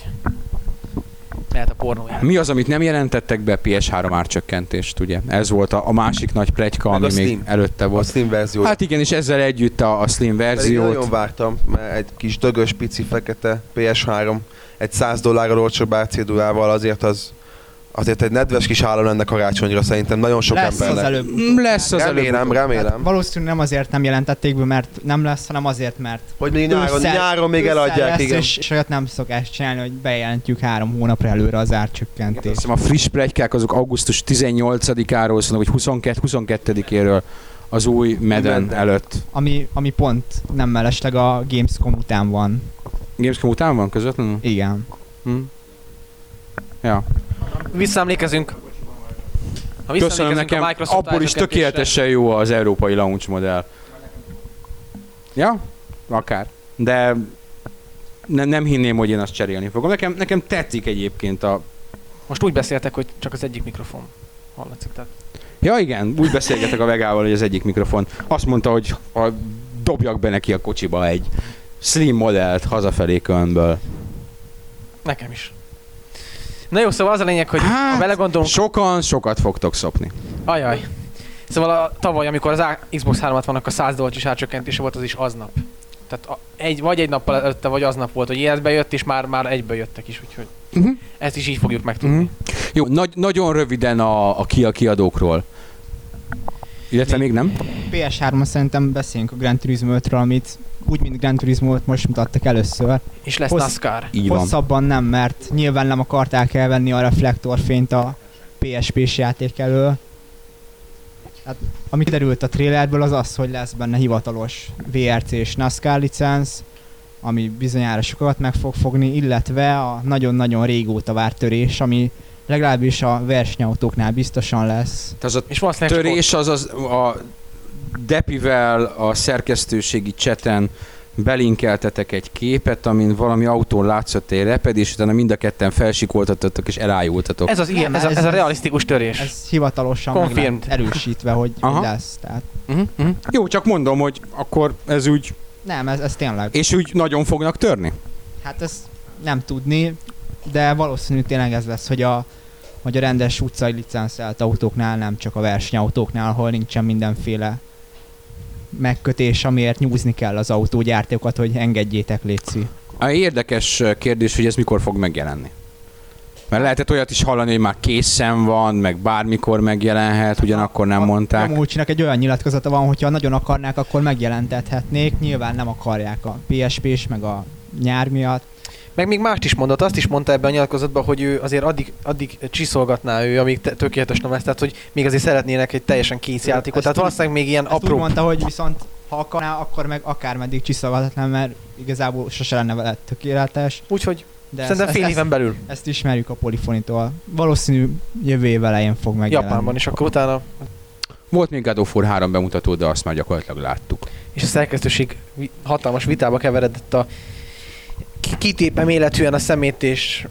lehet a pornóját. Mi az, amit nem jelentettek be? PS3 árcsökkentést, ugye? Ez volt a másik nagy pletyka, ami még előtte volt. A Slim verzió. Hát igen, és ezzel együtt a Slim verziót. Pedig nagyon vártam, mert egy kis dögös, pici, fekete PS3 egy $100 olcsóbb árcédulával azért egy nedves kis állam lenne karácsonyra, szerintem nagyon sok embernek. Lesz az előbb. Remélem. Hát valószínűleg nem azért nem jelentették be, mert nem lesz, hanem azért, mert hogy még nyáron még eladják, lesz, igen. És olyat nem szokás csinálni, hogy bejelentjük 3 hónapra előre az árcsökkentést. A friss pletykák azok augusztus 18-áról szólnak, vagy 22-éről az új Madden előtt. Ami pont nem mellesleg a Gamescom után van. Gamescom után van közvetlenül? Igen. Ja. Visszaemlékezünk. Köszönöm nekem, abból is tökéletesen jó az európai launch modell. Ja? Akár. De nem hinném, hogy én azt cserélni fogom. Nekem tetszik egyébként Most úgy beszéltek, hogy csak az egyik mikrofon hallatszik. Tehát. Ja igen, úgy beszélgetek a Vegával, hogy az egyik mikrofon. Azt mondta, hogy dobjak be neki a kocsiba egy slim modellt hazafelé Kölnből. Nekem is. Na jó, szóval az a lényeg, hogy ha belegondolunk... Sokat fogtok szopni. Ajaj. Szóval tavaly, amikor az Xbox 360-nak a $100 árcsökkentése volt, az is aznap. Tehát vagy egy nappal előtte, vagy aznap volt, hogy életbe jött, és már egyből jöttek is, úgyhogy ezt is így fogjuk megtudni. Jó, nagyon röviden a kiadókról. Illetve még nem? PS3-on szerintem beszéljünk a Gran Turismo 5-ről, amit úgy, mint Gran Turismo-t most mutattak először. És lesz NASCAR. Így van. Hosszabban nem, mert nyilván nem akarták elvenni a reflektorfényt a PSP-s játék elől. Hát, ami kiderült a trailerből az az, hogy lesz benne hivatalos VRC és NASCAR licensz, ami bizonyára sokat meg fog fogni, illetve a nagyon-nagyon régóta várt törés, ami legalábbis a versenyautóknál biztosan lesz. Tehát az a törés az a Depivel a szerkesztőségi chaten belinkeltetek egy képet, amin valami autón látszott egy repedés, utána mind a ketten felsikoltatok és elájultatok. Ez az ilyen, ez a realisztikus törés. Ez hivatalosan meg lett erősítve, hogy lesz. Tehát. Jó, csak mondom, hogy akkor ez úgy... Nem, ez tényleg. És úgy nagyon fognak törni? Hát ezt nem tudni, de valószínű tényleg ez lesz, hogy a rendes utcai licenszelt autóknál, nem csak a versenyautóknál, ahol nincsen mindenféle megkötés, amiért nyúzni kell az autógyártókat, hogy engedjétek, létszi. Érdekes kérdés, hogy ez mikor fog megjelenni. Mert lehetett olyat is hallani, hogy már készen van, meg bármikor megjelenhet, ugyanakkor nem mondták. A Mulcsinak egy olyan nyilatkozata van, hogyha nagyon akarnák, akkor megjelentethetnék. Nyilván nem akarják a PSP-s, meg a nyár miatt. Meg még mást is mondott, azt is mondta ebben a nyilatkozatban, hogy ő azért addig csiszolgatná ő, amíg tökéletes nem lesz, tehát hogy még azért szeretnének egy teljesen kész játékot, tehát valószínűleg még ilyen apró... Úgy mondta, hogy viszont ha akarná, akkor meg akármeddig csiszolgathatná, mert igazából sose lenne vele tökéletes. Úgyhogy szerintem fél éven belül. Ezt ismerjük a Polyphony-tól. Valószínű jövő év elején fog megjelenni. Japánban is, akkor utána... Volt még God of War 3 bemutató, de azt már gyakorlatilag láttuk. És a szerkesztőség hatalmas vitába keveredett a kitépem életűen a szemét, és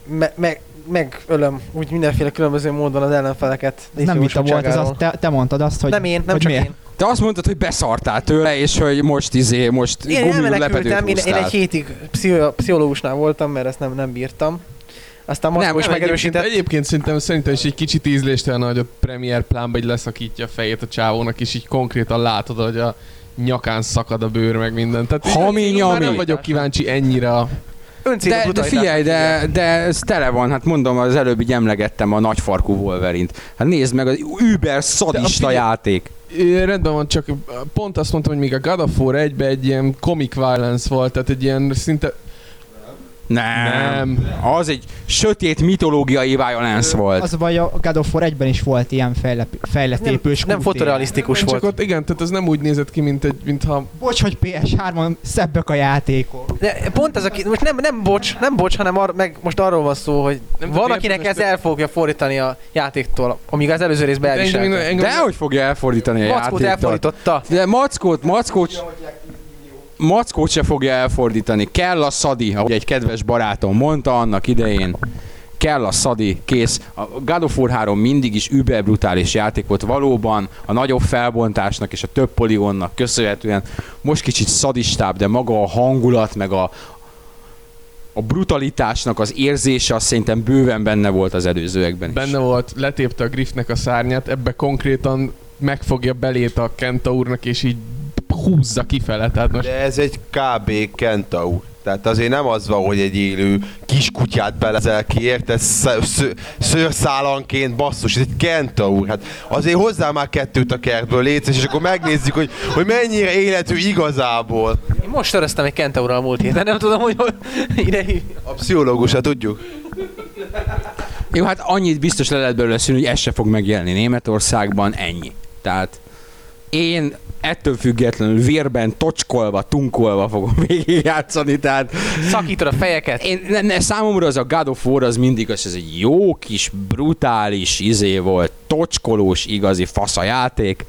megölöm úgy mindenféle különböző módon az ellenfeleket. Nem vita volt, ez te mondtad azt, hogy... Nem én, nem csak én. Te azt mondtad, hogy beszartál tőle, és hogy most gumiú lepedőt húztál. Én egy hétig pszichológusnál voltam, mert ezt nem bírtam. Aztán Matkó is megerősített. Egyébként szerintem is egy kicsit ízléstelen, hogy a Premiere plánba így leszakítja a fejét a csávónak, és így konkrétan látod, hogy a nyakán szakad a bőr, meg minden. Tehát már nem vagyok kíváncsi ennyire de figyelj, de ez tele van, hát mondom, az előbb így emlegettem a nagyfarkú Wolverine-t. Hát nézd meg, az über szadista játék. Rendben van, csak pont azt mondtam, hogy még a God of War 1-ben egy ilyen comic violence volt, tehát egy ilyen szinte... Nem. Az egy sötét mitológiai violence volt. Az vagy a God of War 1-ben is volt ilyen fejletépős. Nem fotorealisztikus volt. Csak ott, igen, tehát az nem úgy nézett ki, mintha... Bocs, hogy PS3-on szebbek a játékok. De pont ez most nem bocs, hanem most arról van szó, hogy van, akinek ez el fogja fordítani a játéktól, amíg az előző részben elviselte. De hogy fogja elfordítani a játéktól? Mackót elfordította. De Mackót se fogja elfordítani. Kell a szadi, ahogy egy kedves barátom mondta annak idején. Kell a szadi, kész. A God of War 3 mindig is über brutális játék volt valóban, a nagyobb felbontásnak és a több poligonnak köszönhetően. Most kicsit szadistább, de maga a hangulat, meg a brutalitásnak az érzése, azt szerintem bőven benne volt az előzőekben is. Benne volt, letépte a Griffnek a szárnyát, ebbe konkrétan megfogja belét a Kentaurnak, és így húzza kifele. Tehát most... De ez egy kb. Kentaur. Tehát azért nem az van, hogy egy élő kiskutyát belezel ki, érted? Szőrszálanként, basszus, ez egy Kentaur. Hát azért hozzá már kettőt a kertből, létsz, és akkor megnézzük, hogy mennyire életű igazából. Én most szereztem egy Kentaurral a múlt héten, nem tudom, hogy ide. A pszichológusra tudjuk. Jó, hát annyit biztos le lehet belőle szűrni, hogy ez se fog megjelenni Németországban, ennyi. Tehát én ettől függetlenül vérben tocskolva, tunkolva fogom végigjátszani, tehát... Szakítod a fejeket? Számomra az a God of War az mindig az, ez egy jó kis, brutális volt, tocskolós, igazi fasz a játék.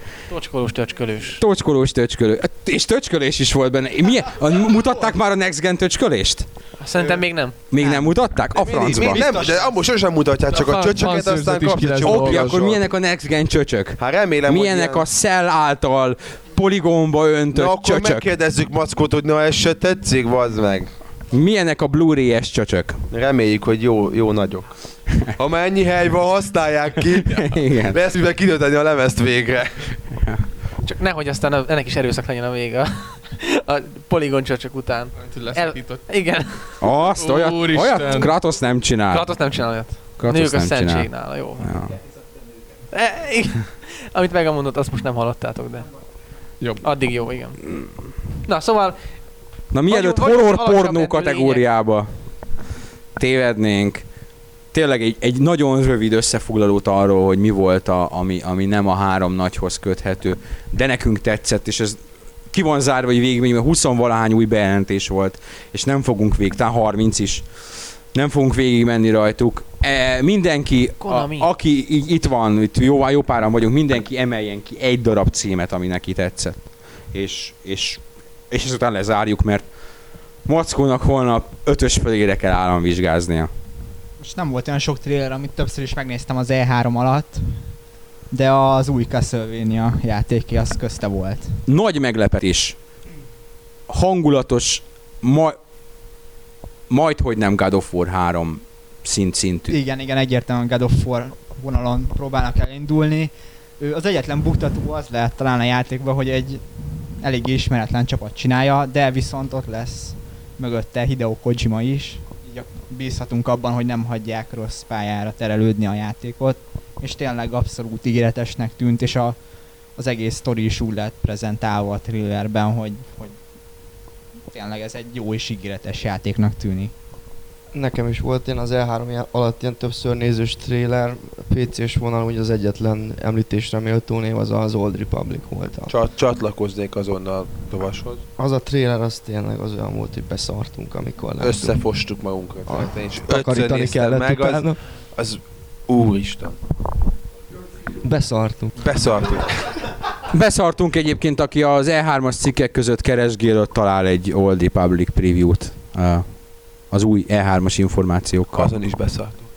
Tocskolós, töcskölős. És töcskölés is volt benne. Mutatták már a Next Gen töcskölést? Szerintem még nem. Még nem mutatták? A francba. Nem, de amúgy sosem mutatják, csak a csöcsöket, aztán kapsz egy csomó Oké, akkor olvasót. milyenek a Next Gen csöcsök? Hát remélem, Milyenek hogy a Cell által poligonba öntött Na akkor csöcsök? megkérdezzük Mackót, hogy na ez se tetszik, vazd meg. Milyenek a Blu-ray-es csöcsök? Reméljük, hogy jó nagyok. Ha mennyi hely van, használják ki. Igen. Lesz mivel kinőteni a lemezt végre. Csak nehogy aztán ennek is erőszak legyen a vége. A poligon csöcsök után. Igen. Azt, olyat Kratos nem csinál. Kratos nem csinál olyat. Kratos Nők a nem szentség csinál. nála, jó. Ja. Igen. Amit megamondott, azt most nem hallottátok, de Jobb. addig jó, igen. Na, szóval Na mielőtt Vagyunk horror alacsonyabb pornó rendű kategóriába tévednénk, tényleg egy nagyon rövid összefoglalót arról, hogy mi volt, ami nem a 3 nagyhoz köthető, de nekünk tetszett, és ez ki van zárva, hogy végig, mert 20-valahány új bejelentés volt, és nem fogunk végig, talán 30 is, nem fogunk végig menni rajtuk. Mindenki, aki itt van, itt jó páran vagyunk, mindenki emeljen ki egy darab címet, ami neki tetszett. És ezután lezárjuk, mert Mackónak holnap 5-ös fölére kell államvizsgáznia. Most nem volt olyan sok trailer, amit többször is megnéztem az E3 alatt, de az új Castlevania játéki az közte volt. Nagy meglepetés. Hangulatos, majdhogy nem God of War 3 szintű. Igen, egyértelműen God of War vonalon próbálnak elindulni. Az egyetlen buktató az lehet talán a játékban, hogy egy elég ismeretlen csapat csinálja, de viszont ott lesz mögötte Hideo Kojima is. Így bízhatunk abban, hogy nem hagyják rossz pályára terelődni a játékot. És tényleg abszolút ígéretesnek tűnt, és az egész sztori is úgy lett prezentálva a thrillerben, hogy tényleg ez egy jó és ígéretes játéknak tűnik. Nekem is volt az E3 alatt ilyen többször nézős trailer, PC-s vonal, úgy az egyetlen említésre méltó név az Old Republic volt. Csatlakoznék azonnal Lovashoz. Az a trailer az tényleg az olyan volt, hogy beszartunk, amikor láttuk. Összefostuk magunkat. Takarítani kellett meg, utána. Az úristen. Beszartunk. Beszartunk egyébként, aki az E3-as cikkek között keresgél, ott talál egy Old Republic preview-t az új E3-as információkkal. Azon is beszartunk.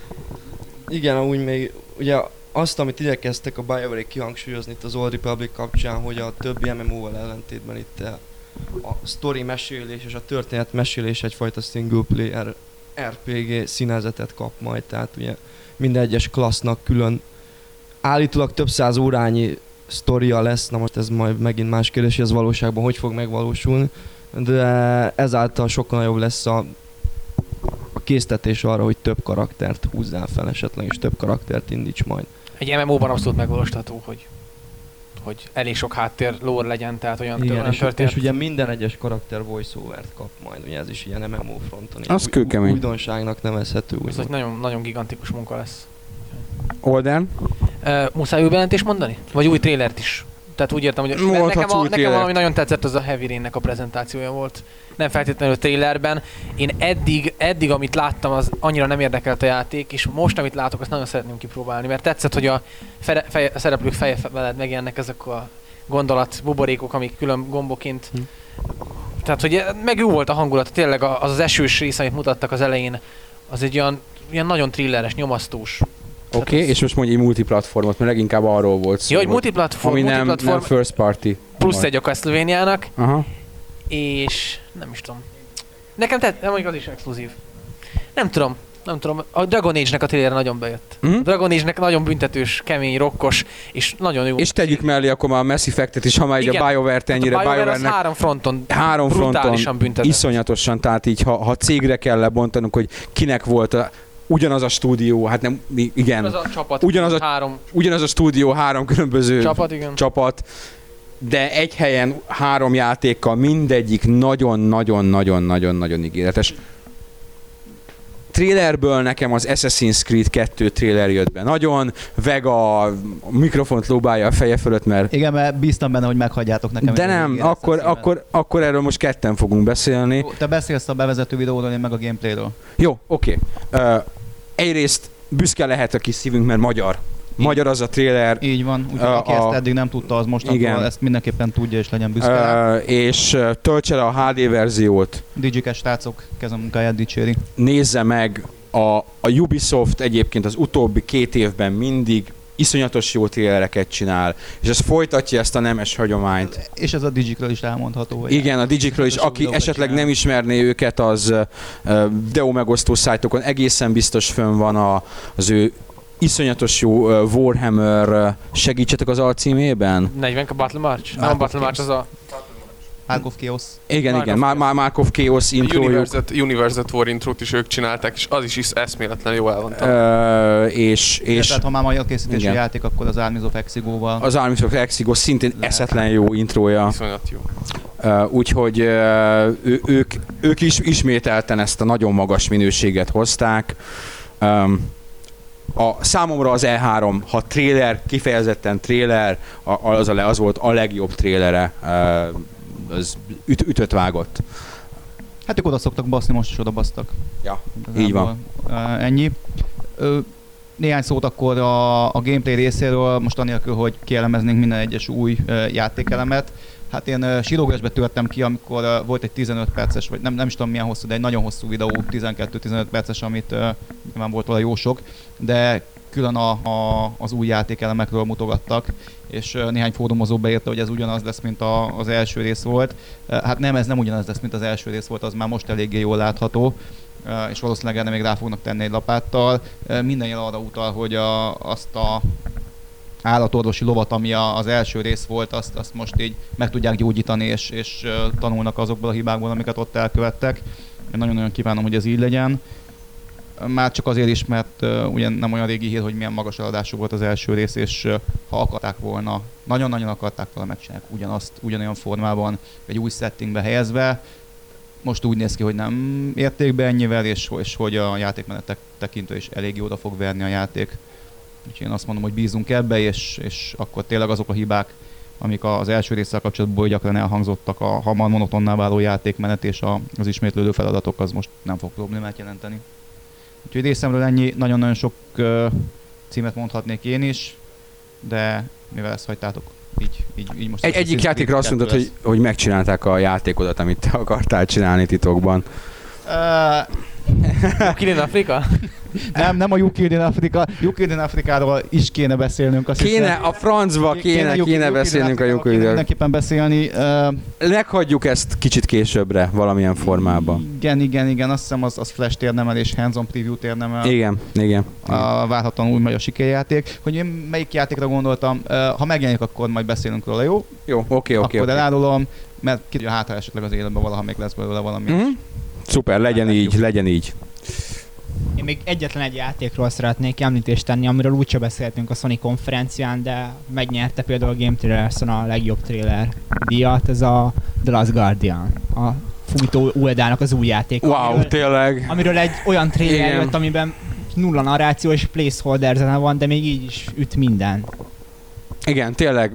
Igen, amúgy még ugye azt, amit igyekeztek a BioWare kihangsúlyozni itt az Old Republic kapcsán, hogy a többi MMO-val ellentétben itt a sztori mesélés és a történet mesélés egyfajta single player RPG színezetet kap majd, tehát ugye minden egyes klassznak külön állítólag több száz órányi sztoria lesz, na most ez majd megint más kérdés, hogy ez valóságban hogy fog megvalósulni, de ezáltal sokkal nagyobb lesz a késztetés arra, hogy több karaktert húzzál fel esetleg, és több karaktert indíts majd. egy MMO-ban abszolút megvalósítható, hogy elég sok háttér lore legyen, tehát olyan történet. És ugye minden egyes karakter voice-overt kap majd, ugye ez is ilyen MMO fronton. Az kőkemény. Újdonságnak nevezhető. Ez egy nagyon, nagyon gigantikus munka lesz. Olden? Muszáj új bejelentést mondani? Vagy új trailert is? Tehát úgy értem, hogy nekem valami nagyon tetszett, az a Heavy Rain-nek a prezentációja volt. Nem feltétlenül a trailerben. Én eddig, amit láttam, az annyira nem érdekelt a játék, és most, amit látok, azt nagyon szeretném kipróbálni, mert tetszett, hogy a szereplők feje veled megjelennek ezek a gondolat buborékok, amik külön gomboként. Tehát, hogy meg jó volt a hangulat, tényleg az esős rész, amit mutattak az elején, az egy olyan nagyon thrilleres, nyomasztós. Oké, és most mondj egy multiplatformot, mert leginkább arról volt szó. Jó, hogy multiplatform, ami nem first party. Plusz egy a Castlevania-nak, aha. És nem is tudom. Nekem mondjuk az is exkluzív. Nem tudom. A Dragon Age-nek a trailer nagyon bejött. Dragon Age-nek nagyon büntetős, kemény, rokkos, és nagyon jó. És tegyük mellé akkor már a Mass Effect-et is, ha már így a BioWare-t ennyire. A BioWare az három fronton büntetett. Iszonyatosan, tehát így ha cégre kell lebontanunk, hogy kinek volt ugyanaz a stúdió, hát nem, igen. Az a csapat, ugyanaz a stúdió, három különböző csapat, de egy helyen három játékkal, mindegyik nagyon-nagyon-nagyon-nagyon-nagyon ígéretes. Trailerből nekem az Assassin's Creed 2 trailer jött be. Nagyon Vega a mikrofont lóbálja a feje fölött, mert... Igen, mert bíztam benne, hogy meghagyjátok nekem. De nem, akkor erről most ketten fogunk beszélni. Te beszélsz a bevezető videóról, én meg a gameplayről. Jó, oké. Egyrészt büszke lehet a kis szívünk, mert magyar Magyar az a trailer. Így van, úgyhogy aki ezt eddig nem tudta, az mostantól ezt mindenképpen tudja és legyen büszke rá. És töltse le a HD verziót. Digikes srácok kezemunkáját dicséri. Nézze meg a Ubisoft egyébként az utóbbi 2 évben mindig iszonyatos jó trailereket csinál, és ez folytatja ezt a nemes hagyományt. És ez a Digikről is elmondható. Igen, a Digikről is, aki esetleg nem ismerné őket, az videó megosztó szájtokon egészen biztos fönn van az ő iszonyatos jó Warhammer, segítsetek az alcímében? 40 a Battle March? Nem, Battle March az a... Mark of Chaos. Igen, Mark of Chaos intrójuk. Universe War intrót is ők csinálták, és az is eszméletlen jó el van. Tehát ha már magyar készítési játék, akkor az Armies of Exigo-val. Az Armies of Exigo szintén eszetlen jó intrója. Iszonyat jó. Úgyhogy ők is ismételten ezt a nagyon magas minőséget hozták. Számomra az E3, ha trailer, kifejezetten trailer, az volt a legjobb trailere, az ütött vágott. Hát ők oda szoktak baszni, most is oda basztak. Ja, így van. Ennyi. Néhány szót akkor a gameplay részéről, most anélkül, hogy kielemeznénk minden egyes új játékelemet. Hát én sírógásbe törtem ki, amikor volt egy 15 perces, vagy nem is tudom milyen hosszú, de egy nagyon hosszú videó, 12-15 perces, amit nyilván volt vala jó sok, de külön az új játékelemekről mutogattak, és néhány fórumozó beírta, hogy ez ugyanaz lesz, mint az első rész volt. Hát nem, ez nem ugyanaz lesz, mint az első rész volt, az már most eléggé jól látható, és valószínűleg erre még rá fognak tenni egy lapáttal. Minden jel arra utal, hogy azt a állatorvosi lovat, ami az első rész volt, azt most így meg tudják gyógyítani, és tanulnak azokból a hibákból, amiket ott elkövettek. Én nagyon-nagyon kívánom, hogy ez így legyen. Már csak azért is, mert ugye nem olyan régi hír, hogy milyen magas eladású volt az első rész, és ha akarták volna, nagyon-nagyon akarták volna megcsinálni ugyanolyan formában, egy új settingbe helyezve, most úgy néz ki, hogy nem érték be ennyivel, és hogy a játékmenetek tekintve is elég oda fog verni a játék. Úgyhogy én azt mondom, hogy bízunk ebbe, és akkor tényleg azok a hibák, amik az első résszel kapcsolatban gyakran elhangzottak, a hamar monotonná váló játékmenet és az ismétlődő feladatok, az most nem fog problémát jelenteni. Úgyhogy részemről ennyi, nagyon-nagyon sok címet mondhatnék én is, de mivel ezt hagytátok, így most... Egyik játékra azt mondod, hogy megcsinálták a játékodat, amit te akartál csinálni titokban. Kill in Africa? Nem a You Killed in Africa. You Killed in Afrikáról is kéne beszélnünk. A francba kéne beszélnünk a You Killed in mindenképpen beszélni. Meghagyjuk ezt kicsit későbbre valamilyen formában. Igen, azt hiszem az Flash térnemel és hands-on preview térnemel. Igen. A várhatóan új magyar sikerjáték. Hogy én melyik játékra gondoltam, ha megjelenik, akkor majd beszélünk róla, jó? Jó, oké. Akkor elárulom, mert ki tudja, hát esetleg az életben valaha még lesz belőle valami. Szuper, legyen így. Én még egyetlen egy játékról szeretnék említést tenni, amiről úgyse beszéltünk a Sony konferencián, de megnyerte például a Game Trailerson a legjobb trailer díjat, ez a The Last Guardian, a Fumito Uedának az új játék. Wow, tényleg. Amiről egy olyan trailer jött, amiben nulla narráció és placeholder zene van, de még így is üt minden. Igen, tényleg,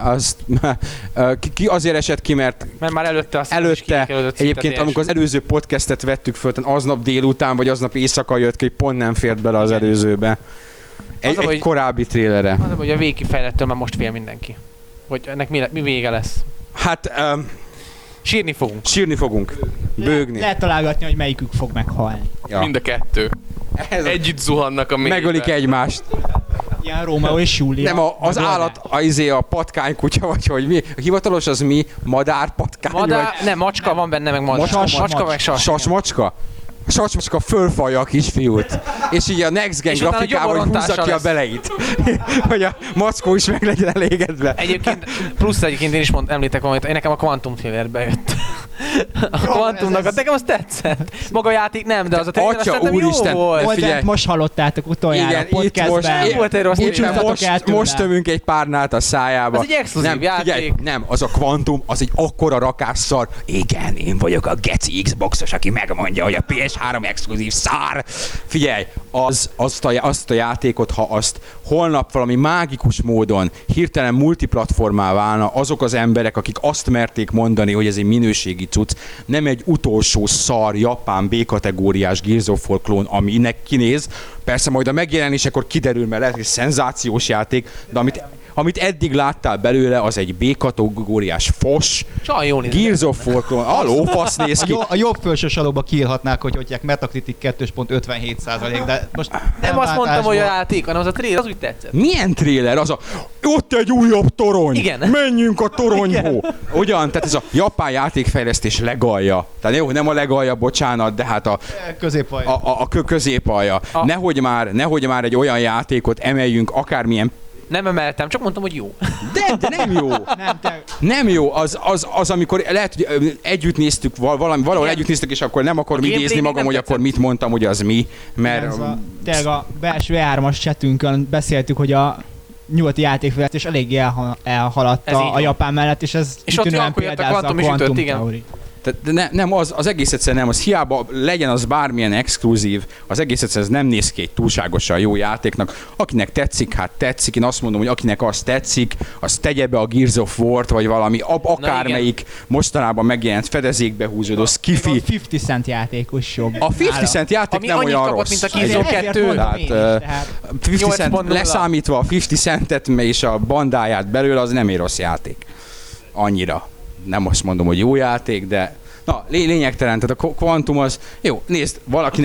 ki azért esett ki, mert már előtte egyébként amikor az előző podcastet vettük föl, aznap délután, vagy aznap éjszaka jött ki, hogy pont nem fért bele az előzőbe. Egy korábbi trélere. Az, hogy a végkifejlettől már most fél mindenki. Hogy ennek mi vége lesz? Hát... Sírni fogunk. Bőgni. Lehet találgatni, hogy melyikük fog meghalni. Ja. Mind a kettő. Együtt zuhannak a mélybe. Megölik egymást. Ilyen Rómeó és Júlia. Nem, az állat, a patkánykutya, vagy hogy mi? A hivatalos az mi? Madárpatkány? Nem, macska van benne, meg macska meg sas. Sasmacska? A sacsmacska fölfalja a kisfiút, és így a Next Gen grafikával húzza ki a beleit, hogy a mackó is meg legyen elégedve. Egyébként én is említek valamit, nekem a Quantum trailer bejött. A Quantumnak, nekem az tetszett. Maga a játék nem, de az a trailer szerintem jó volt. Figyelj, most hallottátok utoljára a podcastben. Most tömünk egy párnát a szájába. Ez egy exkluzív játék. Figyelj, nem, az a Quantum, az egy akkora rakásszar. Igen, én vagyok a geci Xboxos, aki megmondja, hogy a PS3 exkluzív szár. Figyelj, azt a játékot, ha azt holnap valami mágikus módon hirtelen multiplatformá válna, azok az emberek, akik azt merték mondani, hogy ez egy minőségi cucc, World nem egy utolsó szar japán B-kategóriás Gears of War klón, aminek kinéz. Persze majd a megjelenésekor kiderül, mert lehet, hogy szenzációs játék, de amit eddig láttál belőle, az egy B-kategóriás fos. Gears of War klón. Aló, fasz néz ki. A jobb felső sarokba kiírhatnák, hogy hagyják Metacritic 2.57%, de most nem azt mondtam, hogy a játék, hanem az a trailer, az úgy tetszett. Milyen trailer? Az ott egy újabb torony! Igen. Menjünk a toronyból! Ugyan, tehát ez a japán játékfejlesztés legalja. Tehát jó, nem a legalja, bocsánat, de hát a középalja. Nehogy már egy olyan játékot emeljünk, akármilyen. Nem emeltem, csak mondtam, hogy jó. De nem jó. Nem jó. Az amikor lehet, hogy együtt néztük, valahol együtt néztük, és akkor nem akarom idézni magam, hogy akkor mit mondtam, hogy az mi. Mert tényleg a belső E3-as chatünkön beszéltük, hogy a nyugati játékfejlesztés eléggé elhaladta a japán mellett, és ez kitűnően példázza a Quantum Theory. Nem, az egész egyszerűen nem, az hiába legyen az bármilyen exkluzív, az egész egyszerűen nem néz ki egy túlságosan jó játéknak. Akinek tetszik, hát tetszik. Én azt mondom, hogy akinek az tetszik, az tegye be a Gears of War-t, vagy valami, akármelyik mostanában megjelent fedezékbe húzódó skifi. A 50 Cent játékos jobb. A 50 Cent játék nem olyan rossz. Mint a Gears of 2. Tehát 50 Cent leszámítva a 50 Centet és a bandáját belőle, az nem egy rossz játék. Annyira. Nem azt mondom, hogy jó játék, de lényegtelen, tehát a Quantum az jó, nézd,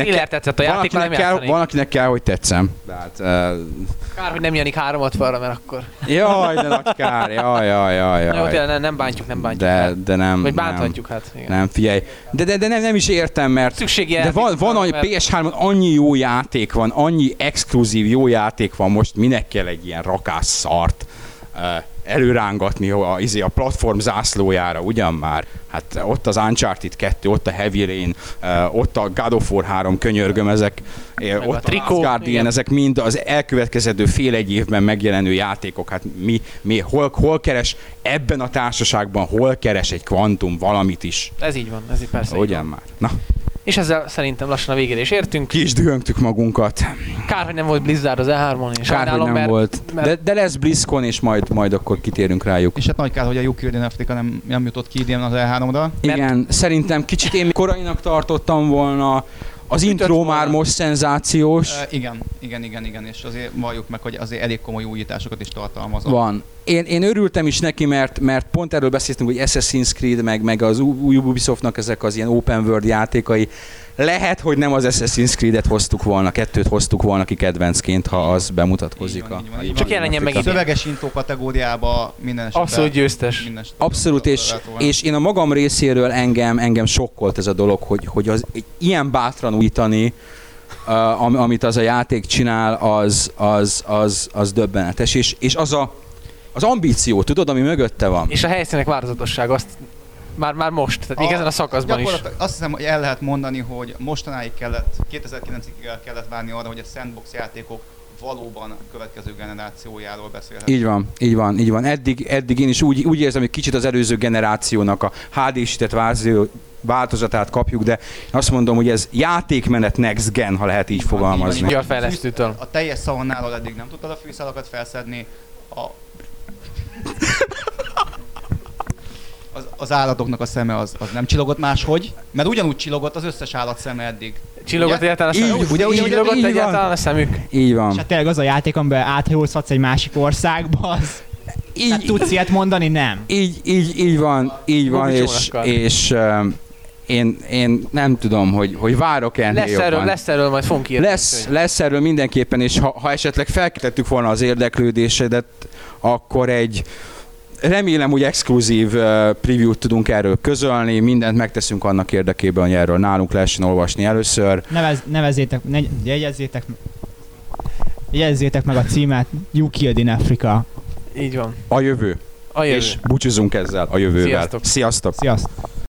valakinek kell, hogy tetszem. Tehát, kár, hogy nem jelenik 360-ra, mert akkor... Jaj, de nagy kár, jaj. Jó, tényleg nem bántjuk. De nem. Vagy bánthatjuk, hát. Igen. Nem, figyelj. De nem is értem, mert... Szükségi de van PS3-on annyi jó játék van, annyi exkluzív jó játék van most, minek kell egy ilyen rakás szart előrángatni a platform zászlójára, ugyan már. Hát ott az Uncharted 2, ott a Heavy Rain, ott a God of War 3, könyörgöm, ezek, ott a Last Guardian, ezek mind az elkövetkezendő fél egy évben megjelenő játékok. Hát hol keres ebben a társaságban, hol keres egy Quantum valamit is? Ez így van, ez így persze. Ugyan már. Na. És ezzel szerintem lassan a végére is értünk. Ki is dühöngtük magunkat. Kár, hogy nem volt Blizzard az E3-on. Kár, hogy nem volt. De lesz BlizzCon, és majd akkor kitérünk rájuk. És hát nagy kár, hogy a Ukraine Afrika nem jutott ki idén az E3-ra. Igen, szerintem kicsit én korainak tartottam volna. Az intro már most szenzációs. Igen, és azért valljuk meg, hogy azért elég komoly újításokat is tartalmaz. Van. Én örültem is neki, mert pont erről beszéltünk, hogy Assassin's Creed, meg az Ubisoftnak ezek az ilyen open world játékai. Lehet, hogy nem az Assassin's Creed-et hoztuk volna, 2-t hoztuk volna ki kedvencként, ha az bemutatkozik. Így van. Csak jelenjen meg a szöveges intó kategóriába minden esetben. Abszolút győztes. Abszolút, és én a magam részéről engem sokkolt ez a dolog, hogy az ilyen bátran újítani, amit az a játék csinál, az döbbenetes. És az ambíció, tudod, ami mögötte van. És a helyszínek változatosság, azt már most, tehát még ezen a szakaszban is. Azt hiszem, hogy el lehet mondani, hogy mostanáig 2009-ig kellett várni arra, hogy a sandbox játékok valóban a következő generációjáról beszélhetünk. Így van. Eddig én is úgy érzem, hogy kicsit az előző generációnak a HD-sített változatát kapjuk, de azt mondom, hogy ez játékmenet next gen, ha lehet így fogalmazni. A fejlesztőtől. A teljes szavannálól eddig nem tudtad a fűszálakat felszedni, az állatoknak a szeme az nem csillogott máshogy, mert ugyanúgy csillogott az összes állat szeme eddig. Csillogott egyáltalán a szemük? Csillogott egyáltalán a szemük? Így van. És hát tényleg az a játék, amiben áthajózhatsz egy másik országba, az... Tehát tudsz ilyet mondani? Nem. Így van, és én nem tudom, hogy várok ennél jobban. Lesz erről majd fogunk írni. Lesz erről mindenképpen, és ha esetleg felkeltettük volna az érdeklődésedet, akkor remélem, hogy exkluzív preview-t tudunk erről közölni, mindent megteszünk annak érdekében, hogy erről nálunk lehessen olvasni először. Jegyezzétek meg a címet, You Killed in Africa. Így van. A jövő. És búcsúzunk ezzel a jövővel. Sziasztok. Sziasztok.